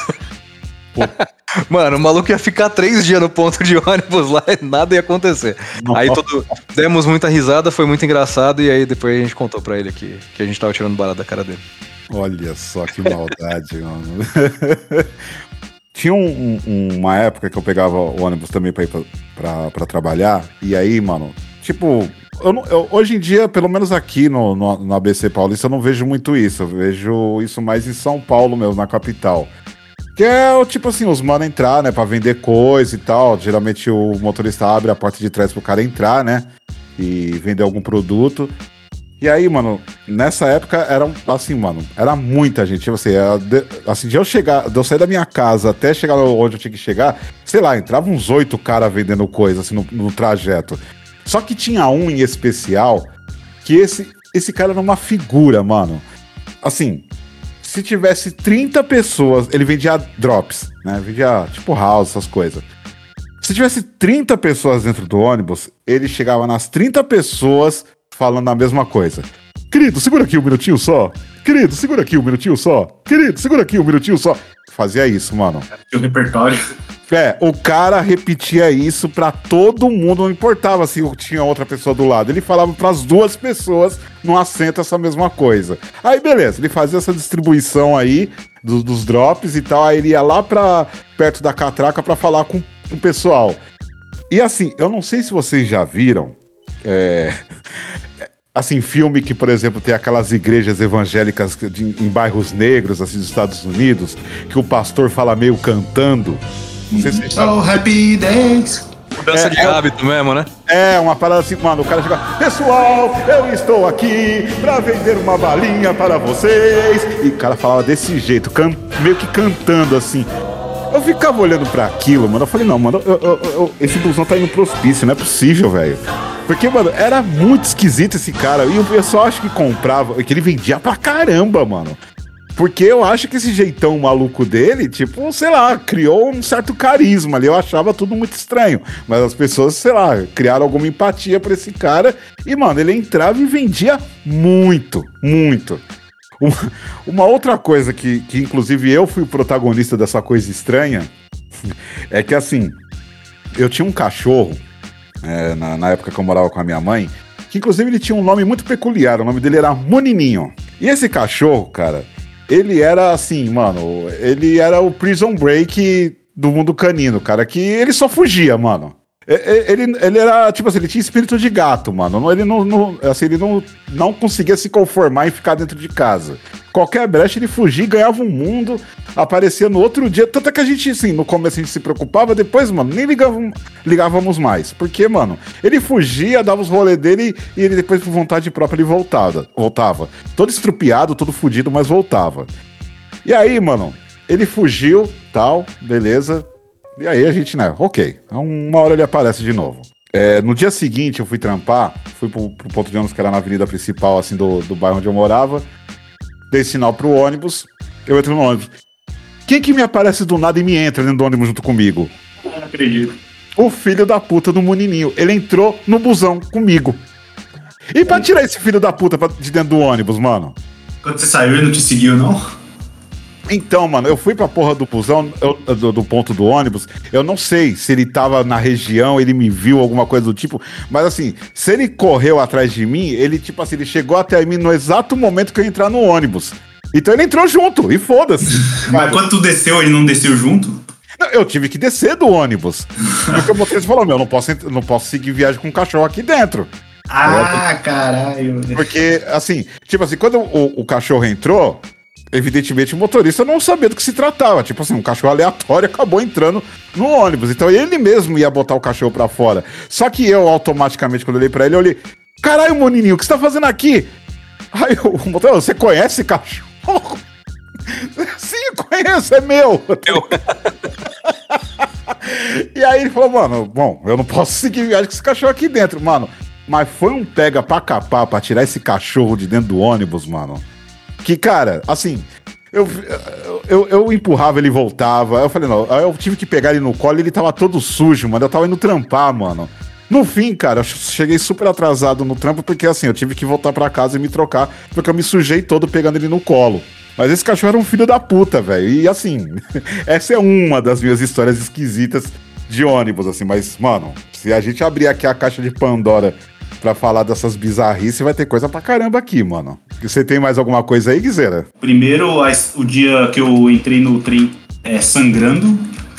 Mano, o maluco ia ficar 3 dias no ponto de ônibus lá e nada ia acontecer. Aí demos muita risada, foi muito engraçado, e aí depois a gente contou pra ele que a gente tava tirando barato da cara dele. Olha só que maldade, mano. Tinha uma época que eu pegava o ônibus também pra ir pra trabalhar, e aí, mano, tipo, hoje em dia, pelo menos aqui no ABC Paulista, eu não vejo muito isso. Eu vejo isso mais em São Paulo mesmo, na capital. Que é, tipo assim, os mano entrar, né, pra vender coisa e tal. Geralmente o motorista abre a porta de trás pro cara entrar, né, e vender algum produto. E aí, mano, nessa época era assim, mano, era muita gente. Tipo assim, de eu sair da minha casa até chegar onde eu tinha que chegar, sei lá, entrava uns 8 caras vendendo coisa, assim, no trajeto. Só que tinha um em especial que esse cara era uma figura, mano. Assim, se tivesse 30 pessoas, ele vendia drops, né? Vendia tipo house, essas coisas. Se tivesse 30 pessoas dentro do ônibus, ele chegava nas 30 pessoas falando a mesma coisa. Querido, segura aqui um minutinho só. Querido, segura aqui um minutinho só. Querido, segura aqui um minutinho só. Fazia isso, mano. O repertório. O cara repetia isso pra todo mundo, não importava se tinha outra pessoa do lado. Ele falava pras 2 pessoas no assento essa mesma coisa. Aí, beleza, ele fazia essa distribuição aí dos drops e tal. Aí ele ia lá perto da catraca pra falar com o pessoal. E assim, eu não sei se vocês já viram, assim, filme que, por exemplo, tem aquelas igrejas evangélicas em bairros negros, assim, dos Estados Unidos, que o pastor fala meio cantando. Não sei se vocês sabem. Happy Days. Mudança de hábito mesmo, né? Uma parada assim, mano, o cara chega, pessoal, eu estou aqui pra vender uma balinha para vocês. E o cara falava desse jeito, meio que cantando assim. Eu ficava olhando pra aquilo, mano, eu falei, não, mano, esse busão tá indo pro hospício, não é possível, velho. Porque, mano, era muito esquisito esse cara. E o pessoal acho que comprava, que ele vendia pra caramba, mano. Porque eu acho que esse jeitão maluco dele, tipo, sei lá, criou um certo carisma ali. Eu achava tudo muito estranho. Mas as pessoas, sei lá, criaram alguma empatia por esse cara. E, mano, ele entrava e vendia muito, muito. Uma outra coisa que inclusive eu fui o protagonista dessa coisa estranha, é que, assim, eu tinha um cachorro, na época que eu morava com a minha mãe, que inclusive ele tinha um nome muito peculiar. O nome dele era Monininho. E esse cachorro, cara, ele era assim, mano, ele era o Prison Break do mundo canino, cara, que ele só fugia, mano. Ele era, tipo assim, ele tinha espírito de gato, mano. Ele não conseguia se conformar em ficar dentro de casa. Qualquer brecha ele fugia e ganhava um mundo, aparecia no outro dia. Tanto é que a gente, assim, no começo a gente se preocupava, depois, mano, nem ligávamos mais. Porque, mano, ele fugia, dava os rolês dele e ele depois, por vontade própria, ele voltava. Todo estrupiado, todo fudido, mas voltava. E aí, mano, ele fugiu, tal, beleza. E aí a gente, né, ok. Uma hora ele aparece de novo. No dia seguinte eu fui trampar, fui pro ponto de ônibus que era na avenida principal, assim, do bairro onde eu morava. Dei sinal pro ônibus, eu entro no ônibus. Quem que me aparece do nada e me entra dentro do ônibus junto comigo? Não acredito. O filho da puta do Monininho. Ele entrou no busão comigo. E pra tirar esse filho da puta de dentro do ônibus, mano? Quando você saiu, ele não te seguiu, não? Então, mano, eu fui pra porra do busão, do ponto do ônibus, eu não sei se ele tava na região, ele me viu, alguma coisa do tipo, mas assim, se ele correu atrás de mim, ele, tipo assim, ele chegou até mim no exato momento que eu ia entrar no ônibus. Então ele entrou junto, e foda-se. Mas quando tu desceu, ele não desceu junto? Eu tive que descer do ônibus. Porque o motorista falou, não posso seguir viagem com um cachorro aqui dentro. Caralho. Porque, assim, tipo assim, quando o cachorro entrou, evidentemente o motorista não sabia do que se tratava. Tipo assim, um cachorro aleatório acabou entrando no ônibus. Então ele mesmo ia botar o cachorro pra fora. Só que eu, automaticamente, quando eu olhei pra ele, eu olhei, caralho, menininho, o que você tá fazendo aqui? Aí o motorista, você conhece cachorro? Sim, conheço, é meu. E aí ele falou, mano, bom, eu não posso seguir viagem com esse cachorro aqui dentro, mano. Mas foi um pega pra capar pra tirar esse cachorro de dentro do ônibus, mano. Que, cara, assim, eu empurrava, ele voltava. Eu falei, não, eu tive que pegar ele no colo e ele tava todo sujo, mano. Eu tava indo trampar, mano. No fim, cara, eu cheguei super atrasado no trampo porque, assim, eu tive que voltar pra casa e me trocar porque eu me sujei todo pegando ele no colo. Mas esse cachorro era um filho da puta, velho. E, assim, essa é uma das minhas histórias esquisitas de ônibus, assim. Mas, mano, se a gente abrir aqui a caixa de Pandora pra falar dessas bizarrices, vai ter coisa pra caramba aqui, mano. Você tem mais alguma coisa aí, Guizeira? Primeiro, o dia que eu entrei no trem sangrando,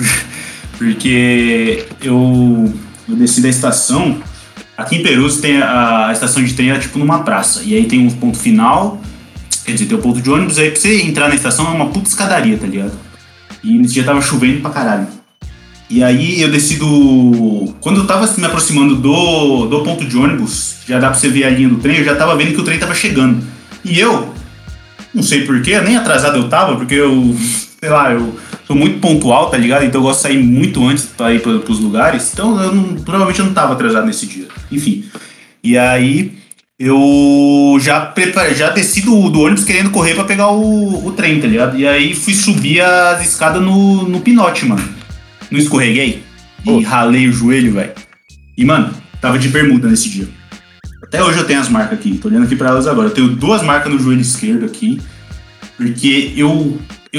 porque eu desci da estação. Aqui em Perus tem a estação de trem, é tipo numa praça. E aí tem um ponto final, quer dizer, tem o ponto de ônibus. Aí pra você entrar na estação é uma puta escadaria, tá ligado? E nesse dia tava chovendo pra caralho. E aí eu desci do... Quando eu tava me aproximando do ponto de ônibus, já dá pra você ver a linha do trem, eu já tava vendo que o trem tava chegando. E eu, não sei porquê, nem atrasado eu tava, porque eu, sei lá, eu sou muito pontual, tá ligado? Então eu gosto de sair muito antes pra ir pros lugares. Então provavelmente eu não tava atrasado nesse dia. Enfim. E aí eu já desci do ônibus querendo correr pra pegar o trem, tá ligado? E aí fui subir as escadas no pinote, mano. Não escorreguei e ralei o joelho, velho. E, mano, tava de bermuda nesse dia. Até hoje eu tenho as marcas aqui. Tô olhando aqui pra elas agora. Eu tenho 2 marcas no joelho esquerdo aqui. Porque eu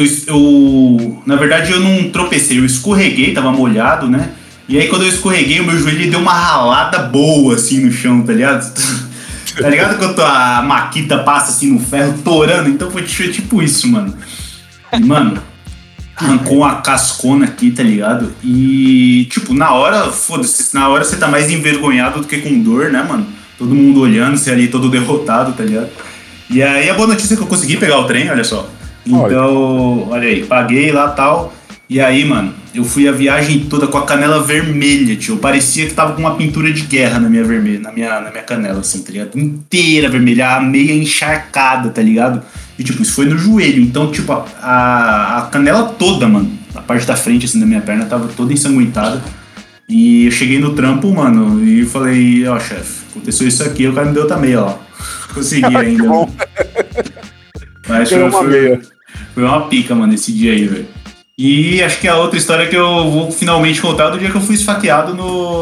na verdade, eu não tropecei. Eu escorreguei, tava molhado, né? E aí, quando eu escorreguei, o meu joelho deu uma ralada boa, assim, no chão, tá ligado? Tá ligado quando a maquita passa, assim, no ferro, torando? Então foi tipo isso, mano. E, mano... arrancou uma cascona aqui, tá ligado? E, tipo, na hora, foda-se, na hora você tá mais envergonhado do que com dor, né, mano? Todo mundo olhando, você ali todo derrotado, tá ligado? E aí a boa notícia é que eu consegui pegar o trem, olha só. Então, olha aí, paguei lá e tal. E aí, mano, eu fui a viagem toda com a canela vermelha, tio. Parecia que tava com uma pintura de guerra na minha canela, assim, tá ligado? Inteira vermelha, a meia encharcada, tá ligado? E, tipo, isso foi no joelho. Então, tipo, a canela toda, mano, a parte da frente, assim, da minha perna tava toda ensanguentada. E eu cheguei no trampo, mano, e falei, ó, chefe, aconteceu isso aqui, o cara me deu outra meia, ó. Consegui ainda. Mas foi uma pica, mano, esse dia aí, velho. E acho que a outra história que eu vou finalmente contar é do dia que eu fui esfaqueado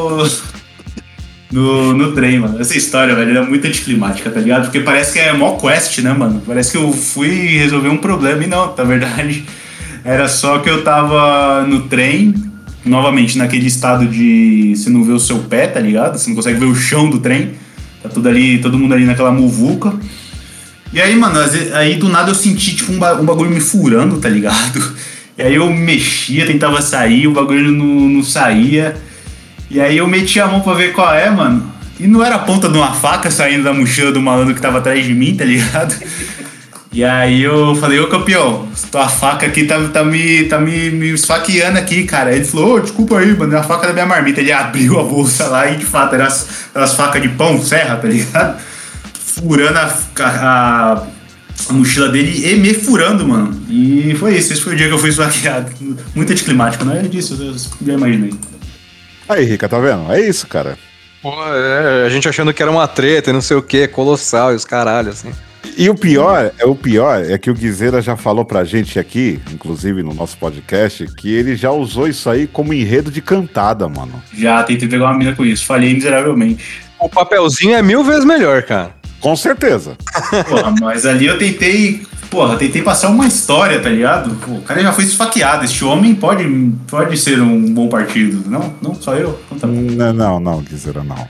no trem, mano. Essa história, velho, é muito anticlimática, tá ligado? Porque parece que é mó quest, né, mano? Parece que eu fui resolver um problema e não, na verdade, era só que eu tava no trem, novamente naquele estado de você não vê o seu pé, tá ligado? Você não consegue ver o chão do trem. Tá todo mundo ali naquela muvuca. E aí, mano, aí do nada eu senti, tipo, um bagulho me furando, tá ligado? E aí eu mexia, tentava sair, o bagulho não saía. E aí eu meti a mão pra ver qual é, mano. E não era a ponta de uma faca saindo da mochila do malandro que tava atrás de mim, tá ligado? E aí eu falei, ô campeão, tua faca aqui tá me esfaqueando aqui, cara. Aí ele falou, ô, desculpa aí, mano, é a faca da minha marmita. Ele abriu a bolsa lá e de fato eram as facas de pão, serra, tá ligado? Furando a mochila dele e me furando, mano. E foi isso, esse foi o dia que eu fui esfaqueado. Muito anticlimático, não é disso, eu já imaginei. Aí, Rica, tá vendo? É isso, cara. Pô, a gente achando que era uma treta e não sei o que, colossal e os caralho, assim. E o pior é que o Guizeira já falou pra gente aqui, inclusive no nosso podcast, que ele já usou isso aí como enredo de cantada, mano. Já, tentei pegar uma mina com isso, falhei miseravelmente. O papelzinho é 1000 vezes melhor, cara. Com certeza. Porra, mas ali eu tentei porra, tentei passar uma história, tá ligado? Pô, o cara já foi esfaqueado. Este homem pode ser um bom partido. Não, só eu. Então tá. Não, Guizera, não.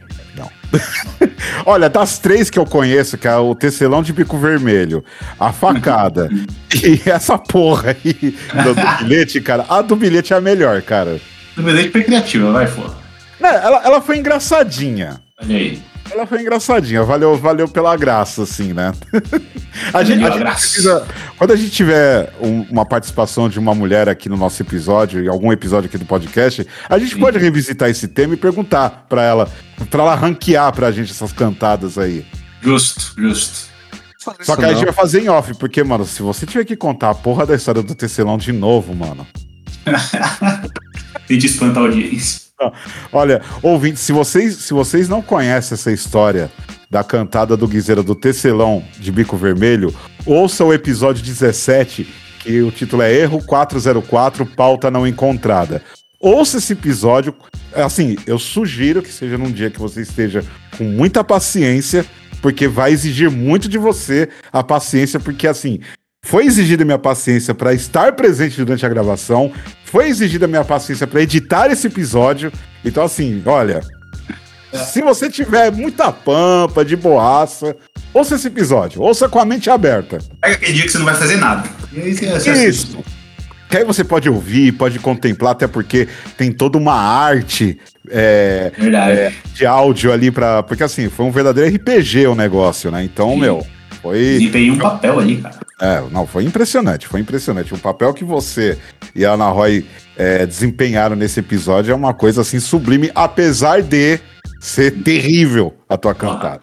Olha, das 3 que eu conheço, que é o tecelão de bico vermelho, a facada e essa porra aí do bilhete, cara, a do bilhete é a melhor, cara. Do bilhete foi criativa, vai, foda. Ela foi engraçadinha. Olha aí. Ela foi engraçadinha, valeu pela graça, assim, né? A gente precisa, quando a gente tiver uma participação de uma mulher aqui no nosso episódio, em algum episódio aqui do podcast, a gente pode revisitar esse tema e perguntar pra ela ranquear pra gente essas cantadas aí. Justo. Só que a gente vai fazer em off, porque, mano, se você tiver que contar a porra da história do tecelão de novo, mano... Tente espantar a audiência. Olha, ouvintes, se vocês não conhecem essa história da cantada do Guizeira do tecelão de bico vermelho, ouça o episódio 17, que o título é Erro 404, pauta não encontrada. Ouça esse episódio, assim, eu sugiro que seja num dia que você esteja com muita paciência, porque vai exigir muito de você a paciência, porque assim... Foi exigida minha paciência para estar presente durante a gravação, foi exigida minha paciência para editar esse episódio. Então, assim, olha, se você tiver muita pampa, de boaça, ouça esse episódio, ouça com a mente aberta. Pega aquele dia que você não vai fazer nada. Isso. Que aí você pode ouvir, pode contemplar, até porque tem toda uma arte de áudio ali para, porque assim, foi um verdadeiro RPG o negócio, né? Então, foi... Desempenhei um papel ali, cara. Foi impressionante. O papel que você e a Ana Roy desempenharam nesse episódio é uma coisa assim sublime, apesar de ser terrível a tua cantada.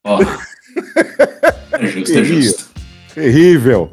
É justo. Terrível.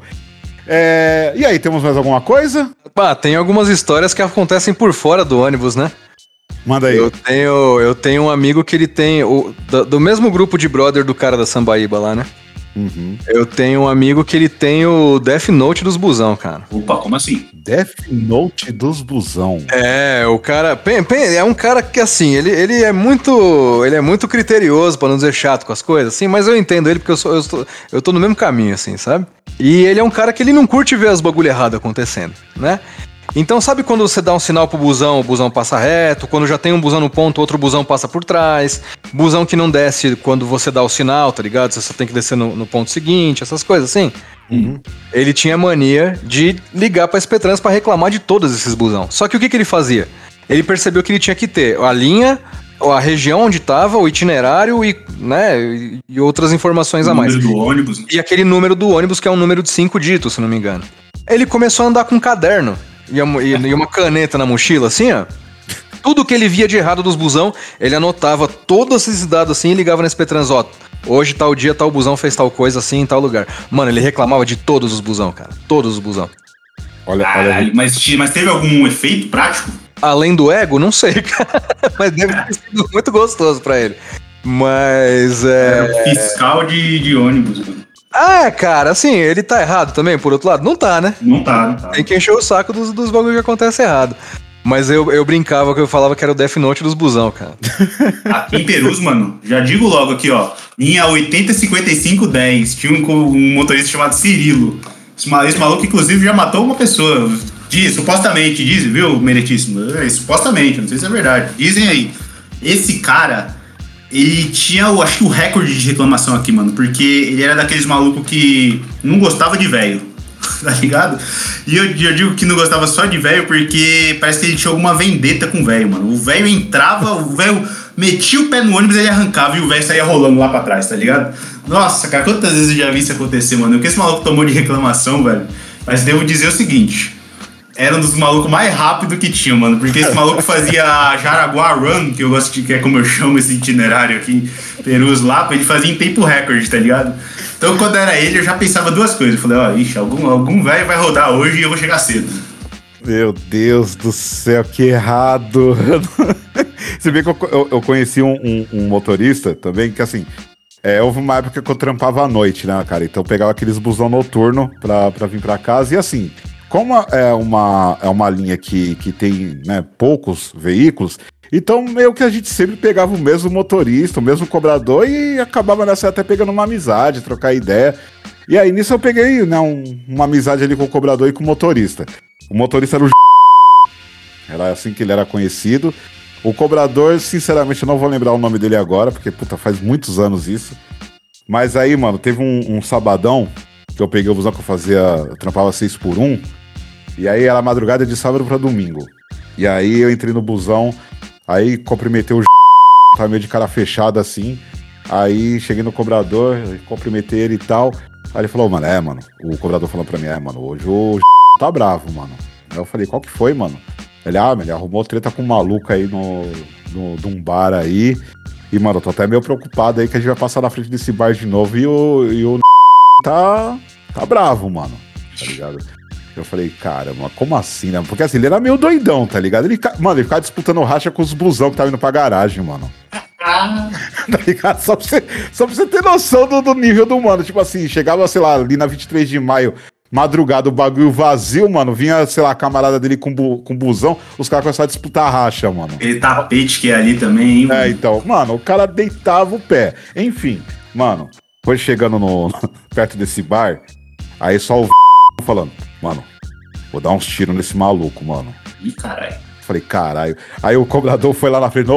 E aí, temos mais alguma coisa? Tem algumas histórias que acontecem por fora do ônibus, né? Manda aí. Eu tenho um amigo que ele tem, do mesmo grupo de brother do cara da Sambaíba lá, né? Uhum. Eu tenho um amigo que ele tem o Death Note dos busão, cara. Opa, como assim? Death Note dos busão. O cara... É um cara que, assim, ele é muito criterioso, pra não dizer chato com as coisas, assim, mas eu entendo ele porque eu tô no mesmo caminho, assim, sabe? E ele é um cara que ele não curte ver as bagulho errado acontecendo, né? Então, sabe quando você dá um sinal pro busão, o busão passa reto, quando já tem um busão no ponto, outro busão passa por trás, busão que não desce quando você dá o sinal, tá ligado? Você só tem que descer no ponto seguinte, essas coisas assim. Uhum. Ele tinha mania de ligar pra SP-Trans pra reclamar de todos esses busão. Só que o que ele fazia? Ele percebeu que ele tinha que ter a linha, a região onde tava, o itinerário e outras informações a mais. O número do ônibus. E aquele número do ônibus que é um número de 5 dígitos, se não me engano. Ele começou a andar com um caderno e uma caneta na mochila, assim, ó. Tudo que ele via de errado dos busão, ele anotava todos esses dados assim e ligava na SP-Trans, hoje, tal dia, tal busão fez tal coisa assim em tal lugar. Mano, ele reclamava de todos os busão, cara. Todos os busão. Olha. Mas teve algum efeito prático? Além do ego, não sei, cara. Mas deve ter sido muito gostoso pra ele. Mas Fiscal de ônibus, mano. Cara, assim, ele tá errado também, por outro lado? Não tá, né? Não tá. Tem que encher o saco dos bagulhos que acontecem errado. Mas eu brincava que eu falava que era o Death Note dos busão, cara. Aqui em Perus, mano, já digo logo aqui, ó. Linha 805510. Tinha um motorista chamado Cirilo. Esse maluco, inclusive, já matou uma pessoa. Supostamente, dizem, viu, meritíssimo? Supostamente, não sei se é verdade. Dizem aí. Esse cara, ele tinha, acho que o recorde de reclamação aqui, mano. Porque ele era daqueles malucos que não gostava de velho. Tá ligado? E eu digo que não gostava só de velho porque parece que ele tinha alguma vendetta com o velho, mano. O velho entrava, o velho metia o pé no ônibus, ele arrancava e o velho saía rolando lá pra trás, tá ligado? Nossa, cara, quantas vezes eu já vi isso acontecer, mano? O que esse maluco tomou de reclamação, velho? Mas devo dizer o seguinte: era um dos malucos mais rápidos que tinha, mano. Porque esse maluco fazia Jaraguá Run, que eu gosto de, que é como eu chamo esse itinerário aqui, Perus lá, ele fazia em tempo recorde, tá ligado? Então, quando era ele, eu já pensava duas coisas. Eu falei, ixi, algum velho vai rodar hoje e eu vou chegar cedo. Meu Deus do céu, que errado. Você vê que eu conheci um motorista também, que assim, houve uma época que eu trampava à noite, né, cara? Então eu pegava aqueles busão noturno pra vir pra casa e assim, como é uma linha que tem, né, poucos veículos, então meio que a gente sempre pegava o mesmo motorista, o mesmo cobrador e acabava nessa até pegando uma amizade, trocar ideia. E aí nisso eu peguei, né, uma amizade ali com o cobrador e com o motorista. O motorista era o era assim que ele era conhecido. O cobrador, sinceramente, eu não vou lembrar o nome dele agora, porque, puta, faz muitos anos isso. Mas aí, mano, teve um sabadão que eu peguei o busão que eu trampava 6x1. E aí era madrugada de sábado pra domingo. E aí eu entrei no busão, aí cumprimentei o tava meio de cara fechada assim. Aí cheguei no cobrador, cumprimentei ele e tal. Aí ele falou, mano, o cobrador falou pra mim, mano, hoje o tá bravo, mano. Aí eu falei, qual que foi, mano? Ele arrumou treta com um maluco aí de um bar aí. E, mano, eu tô até meio preocupado aí que a gente vai passar na frente desse bar de novo e o tá bravo, mano. Tá ligado? Eu falei, cara, mas como assim, né? Porque assim, ele era meio doidão, tá ligado? Ele ficava disputando racha com os busão que tava indo pra garagem, mano. Tá ligado? Só pra você ter noção do nível do mano. Tipo assim, chegava, sei lá, ali na 23 de maio, madrugada, o bagulho vazio, mano. Vinha, sei lá, a camarada dele com busão, os caras começaram a disputar racha, mano. Ele tapete que é ali também, hein, mano? Então, mano, o cara deitava o pé. Enfim, mano, foi chegando perto desse bar, aí só o falando, mano, vou dar uns tiros nesse maluco, mano. Ih, caralho. Falei, caralho. Aí o cobrador foi lá na frente,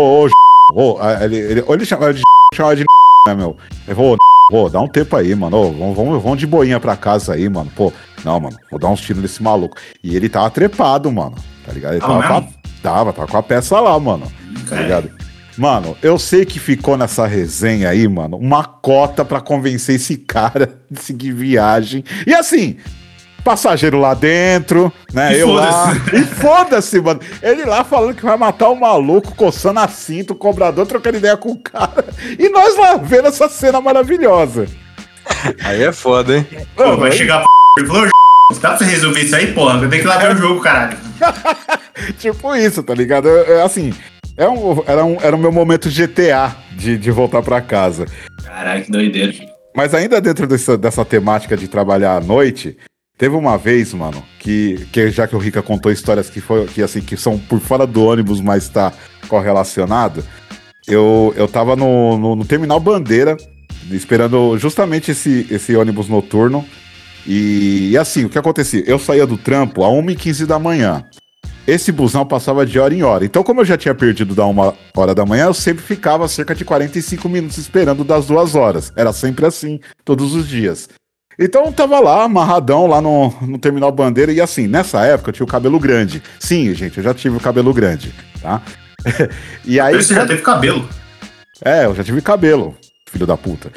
ele chamava de né, meu? Ele falou, dá um tempo aí, mano. Vamos de boinha pra casa aí, mano. Pô, não, mano, vou dar uns tiros nesse maluco. E ele tava trepado, mano. Tá ligado? Ele tava com a peça lá, mano. Tá ligado? Mano, eu sei que ficou nessa resenha aí, mano, uma cota pra convencer esse cara de seguir viagem. E assim, passageiro lá dentro, né? Eu lá. E foda-se, mano. Ele lá falando que vai matar o maluco, coçando a cinta, o cobrador trocando ideia com o cara. E nós lá vendo essa cena maravilhosa. Aí é foda, hein? Pô, vai chegar e falou, dá pra você resolver isso aí, porra? Eu tenho que ir lá ver o jogo, caralho. Tipo isso, tá ligado? Assim, era o meu momento GTA de voltar pra casa. Caralho, que doideira. Mas ainda dentro dessa temática de trabalhar à noite, teve uma vez, mano, que já que o Rica contou histórias que são por fora do ônibus, mas tá correlacionado, eu tava no Terminal Bandeira, esperando justamente esse ônibus noturno, e assim, o que acontecia? Eu saía do trampo a 1h15 da manhã. Esse busão passava de hora em hora. Então, como eu já tinha perdido da 1h da manhã, eu sempre ficava cerca de 45 minutos esperando das 2 horas. Era sempre assim, todos os dias. Então eu tava lá, amarradão, lá no Terminal Bandeira, e assim, nessa época eu tinha o cabelo grande. Sim, gente, eu já tive o cabelo grande, tá? E aí... Você já teve cabelo? Eu já tive cabelo, filho da puta.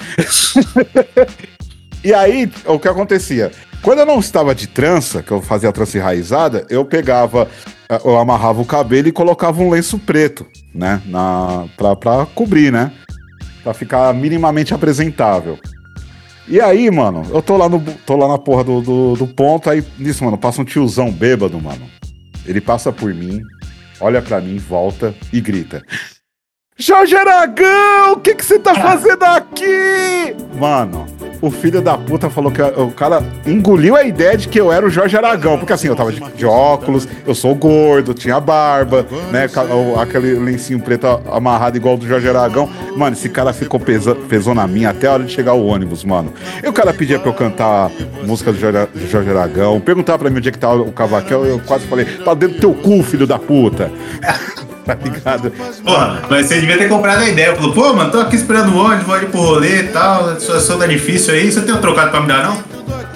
E aí, o que acontecia? Quando eu não estava de trança, que eu fazia a trança enraizada, eu amarrava o cabelo e colocava um lenço preto, né? Pra cobrir, né? Pra ficar minimamente apresentável. E aí, mano, eu tô lá na porra do ponto, aí nisso, mano, passa um tiozão bêbado, mano. Ele passa por mim, olha pra mim, volta e grita: Jorge Aragão, o que você tá fazendo aqui? Mano, o filho da puta falou que o cara engoliu a ideia de que eu era o Jorge Aragão. Porque assim, eu tava de óculos, eu sou gordo, tinha barba, né? Aquele lencinho preto amarrado igual do Jorge Aragão. Mano, esse cara ficou pesou na minha até a hora de chegar o ônibus, mano. E o cara pedia pra eu cantar música do Jorge Aragão, perguntava pra mim onde é que tá o cavaquel, eu quase falei: tá dentro do teu cu, filho da puta. Tá ligado? Porra, mas você devia ter comprado a ideia. Falou, pô, mano, tô aqui esperando o ônibus, vou ali pro rolê e tal, a situação tá difícil aí, você tem um trocado pra me dar, não?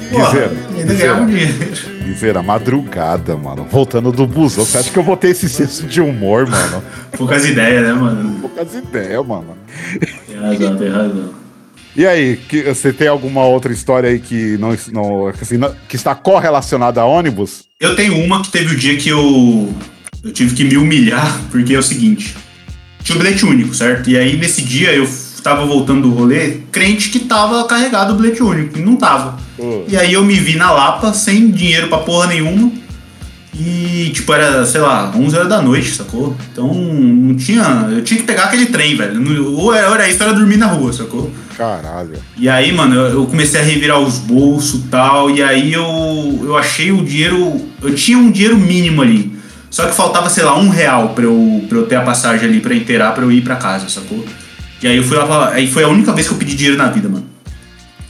Guizeira, madrugada, mano. Voltando do busão, você acha que eu vou ter esse senso de humor, mano? Poucas ideias, né, mano? Poucas ideias, mano. Tem razão. E aí, você tem alguma outra história aí que que está correlacionada a ônibus? Eu tenho uma que teve o dia que eu tive que me humilhar, porque é o seguinte: tinha o bilhete único, certo? E aí nesse dia eu tava voltando do rolê, crente que tava carregado o bilhete único, e não tava. E aí eu me vi na Lapa, sem dinheiro pra porra nenhuma, e tipo, era, sei lá, 11 horas da noite, sacou? Então não tinha, eu tinha que pegar aquele trem, velho, ou era isso, ou era dormir na rua, sacou? Caralho. E aí, mano, eu comecei a revirar os bolsos e tal, e aí eu achei o dinheiro, eu tinha um dinheiro mínimo ali. Só que faltava, sei lá, R$1 pra eu ter a passagem ali pra inteirar, pra eu ir pra casa, sacou? E aí eu fui lá, aí foi a única vez que eu pedi dinheiro na vida, mano.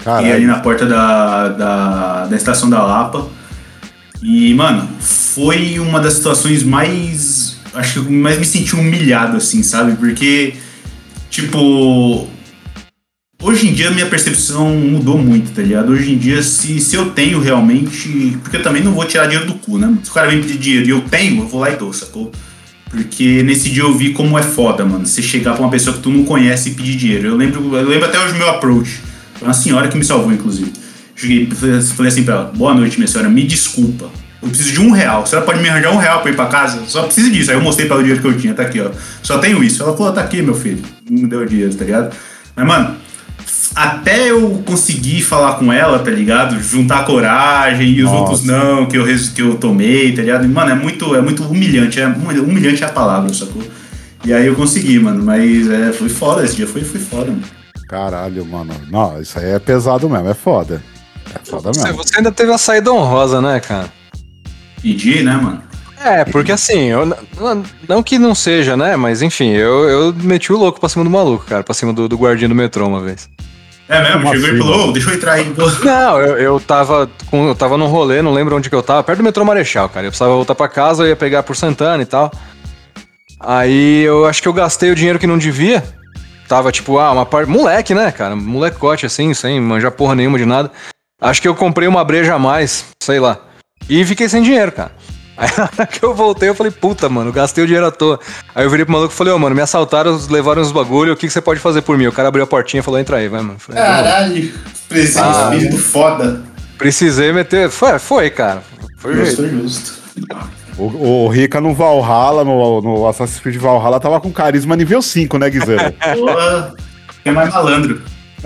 Fiquei ali na porta da estação da Lapa. E, mano, foi uma das situações mais... Acho que mais me senti humilhado, assim, sabe? Porque, tipo... Hoje em dia a minha percepção mudou muito, tá ligado? Hoje em dia, se eu tenho realmente... Porque eu também não vou tirar dinheiro do cu, né? Se o cara vem pedir dinheiro e eu tenho, eu vou lá e dou, sacou? Porque nesse dia eu vi como é foda, mano. Você chegar pra uma pessoa que tu não conhece e pedir dinheiro. Eu lembro até hoje o meu approach. Foi uma senhora que me salvou, inclusive. Cheguei, falei assim pra ela: boa noite, minha senhora, me desculpa. Eu preciso de R$1. A senhora pode me arranjar R$1 pra ir pra casa? Só preciso disso. Aí eu mostrei pra ela o dinheiro que eu tinha, tá aqui, ó. Só tenho isso. Ela falou: tá aqui, meu filho. Não me deu dinheiro, tá ligado? Mas, mano, até eu conseguir falar com ela, tá ligado? Juntar coragem e os outros não, que eu tomei, tá ligado? Mano, é muito humilhante. Humilhante é a palavra, sacou? E aí eu consegui, mano. Mas foi foda esse dia. Foi foda, mano. Caralho, mano. Não, isso aí é pesado mesmo, é foda. É foda mesmo. Você ainda teve a saída honrosa, né, cara? Pedir, né, mano? Porque assim, não que não seja, né? Mas enfim, eu meti o louco pra cima do maluco, cara. Pra cima do guardinha do metrô uma vez. É mesmo? Chegou e falou: deixa eu entrar aí. Não, eu tava num rolê, não lembro onde que eu tava, perto do metrô Marechal, cara. Eu precisava voltar pra casa, eu ia pegar por Santana e tal. Aí eu acho que eu gastei o dinheiro que não devia. Tava tipo, uma parte... Moleque, né, cara? Molecote assim, sem manjar porra nenhuma de nada. Acho que eu comprei uma breja a mais, sei lá. E fiquei sem dinheiro, cara. Aí na hora que eu voltei, eu falei: puta, mano, gastei o dinheiro à toa. Aí eu virei pro maluco e falei: mano, me assaltaram, levaram os bagulho, o que você pode fazer por mim? O cara abriu a portinha e falou: entra aí, vai, mano. Falei: caralho, espírito foda. Precisei meter... Foi, cara. Foi justo. O Rica no Valhalla, no Assassin's Creed Valhalla, tava com carisma nível 5, né, Guizera? Porra, é mais malandro.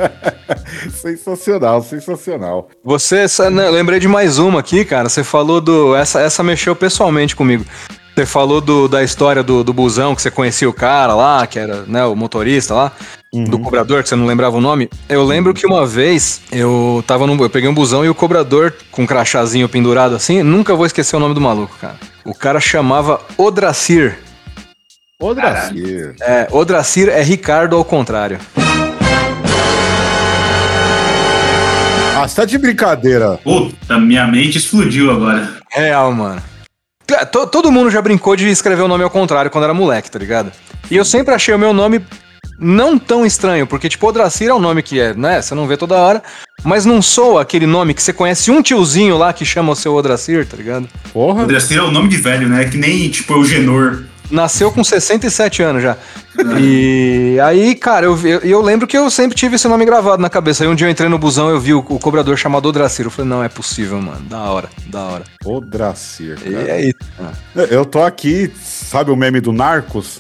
Sensacional. Eu lembrei de mais uma aqui, cara. Você falou essa mexeu pessoalmente comigo. Você falou da história do busão, que você conhecia o cara lá, que era, né, o motorista lá, do cobrador, que você não lembrava o nome. Eu lembro que uma vez eu peguei um busão e o cobrador, com um crachazinho pendurado assim, nunca vou esquecer o nome do maluco, cara. O cara chamava Odracir. Odracir. Odracir é Ricardo ao contrário. Ah, você tá de brincadeira. Puta, minha mente explodiu agora. Real, mano. Todo mundo já brincou de escrever o nome ao contrário quando era moleque, tá ligado? E eu sempre achei o meu nome não tão estranho, porque, tipo, Odracir é um nome que né, você não vê toda hora, mas não soa aquele nome que você conhece um tiozinho lá que chama o seu Odracir, tá ligado? Porra. Odracir é o nome de velho, né? Que nem, tipo, Eugenor. Nasceu com 67 anos já. E aí, cara, eu lembro que eu sempre tive esse nome gravado na cabeça. Aí um dia eu entrei no busão e eu vi o cobrador chamado Odracir. Eu falei: não é possível, mano. Da hora. Odracir, cara. E é isso. Eu tô aqui, sabe o meme do Narcos?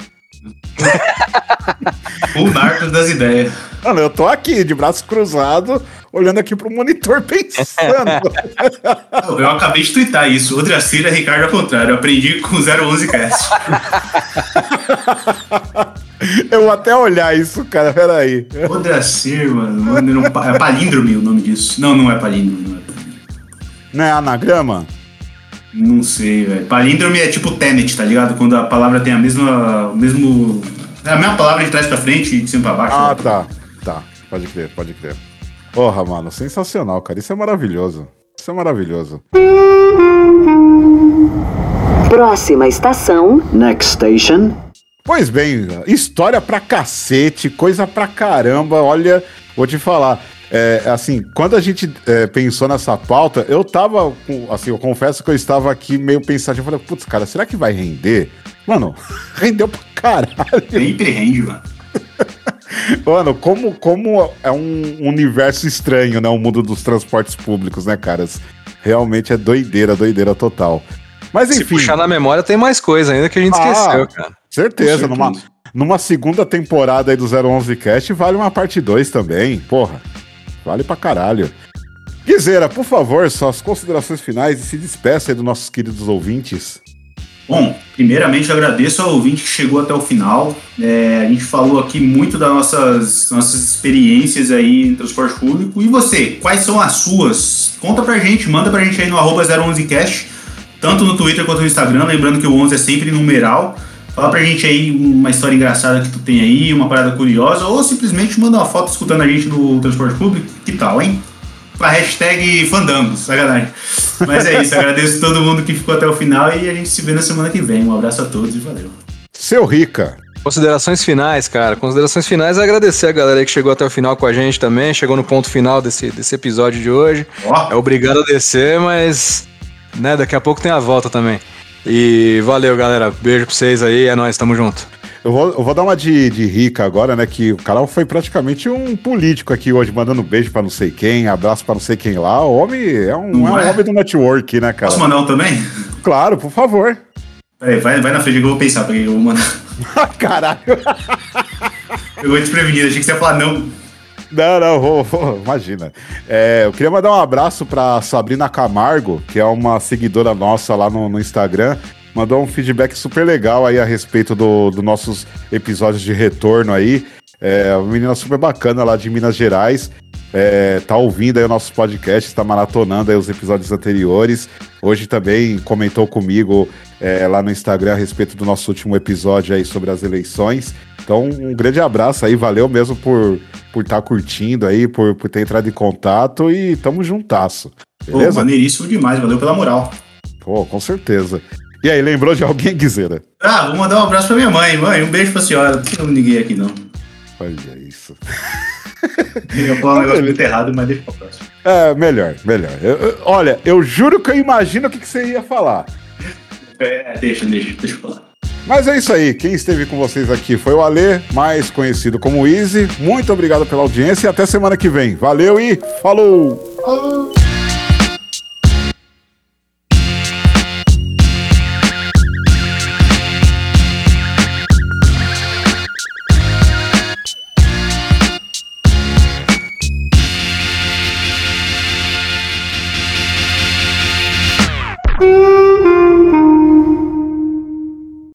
O Narcos das ideias. Mano, eu tô aqui, de braço cruzado, olhando aqui pro monitor, pensando. Eu acabei de twittar isso. Odracir é Ricardo ao contrário. Eu aprendi com o 011cast. Eu vou até olhar isso, cara. Peraí. Odracir, mano. É palíndrome o nome disso. Não é palíndrome. Não é anagrama? Não sei, velho. Palíndrome é tipo Tenet, tá ligado? Quando a palavra tem a mesma palavra de trás pra frente e de cima pra baixo. Ah, tá. Pode crer. Porra, mano, sensacional, cara. Isso é maravilhoso. Próxima estação. Next station. Pois bem, história pra cacete, coisa pra caramba. Olha, vou te falar. Assim, quando a gente pensou nessa pauta, eu tava, assim, eu confesso que eu estava aqui meio pensativo. Eu falei: putz, cara, será que vai render? Mano, rendeu pra caralho. Sempre rende, mano. Mano, como é um universo estranho, né? O mundo dos transportes públicos, né, caras? Realmente é doideira total. Mas enfim. Se puxar na memória, tem mais coisa ainda que a gente esqueceu, cara. Certeza. Numa segunda temporada aí do 011cast, vale uma parte 2 também. Porra, vale pra caralho. Guizera, por favor, suas considerações finais e se despeça aí dos nossos queridos ouvintes. Bom, primeiramente eu agradeço ao ouvinte que chegou até o final. A gente falou aqui muito das nossas experiências aí em transporte público. E você, quais são as suas? Conta pra gente, manda pra gente aí no @011cast, tanto no Twitter quanto no Instagram, lembrando que o 11 é sempre numeral. Fala pra gente aí uma história engraçada que tu tem aí, uma parada curiosa, ou simplesmente manda uma foto escutando a gente no transporte público. Que tal, hein? com a hashtag Fandangos, sacanagem. Mas é isso, agradeço todo mundo que ficou até o final e a gente se vê na semana que vem. Um abraço a todos e valeu. Seu Rica. Considerações finais, cara. Considerações finais é agradecer a galera que chegou até o final com a gente também, chegou no ponto final desse episódio de hoje. É obrigado a descer, mas né, daqui a pouco tem a volta também. E valeu, galera. Beijo pra vocês aí, é nóis, tamo junto. Eu vou dar uma de Rica agora, né? Que o cara foi praticamente um político aqui hoje, mandando beijo pra não sei quem, abraço pra não sei quem lá. O homem é um homem do network, né, cara? Posso mandar um também? Claro, por favor. Peraí, vai na frente que eu vou pensar pra quem eu vou mandar. Caralho. Eu vou desprevenido, achei que você ia falar não. Não, imagina. Eu queria mandar um abraço pra Sabrina Camargo, que é uma seguidora nossa lá no Instagram. Mandou um feedback super legal aí a respeito dos nossos episódios de retorno aí. Uma menina super bacana lá de Minas Gerais. Tá ouvindo aí o nosso podcast, tá maratonando aí os episódios anteriores. Hoje também comentou comigo lá no Instagram a respeito do nosso último episódio aí sobre as eleições. Então, um grande abraço aí, valeu mesmo por estar curtindo aí, por ter entrado em contato e tamo juntasso. Beleza? Pô, maneiríssimo demais, valeu pela moral. Pô, com certeza. E aí, lembrou de alguém, Guizeira? Vou mandar um abraço pra minha mãe. Mãe, um beijo pra senhora. Não tem ninguém aqui, não. Olha isso. Eu ia falar um negócio muito errado, mas deixa pra próxima. Melhor. Olha, eu juro que eu imagino o que você ia falar. Deixa eu falar. Mas é isso aí, quem esteve com vocês aqui foi o Alê, mais conhecido como Easy. Muito obrigado pela audiência e até semana que vem. Valeu e falou! Mm-hmm.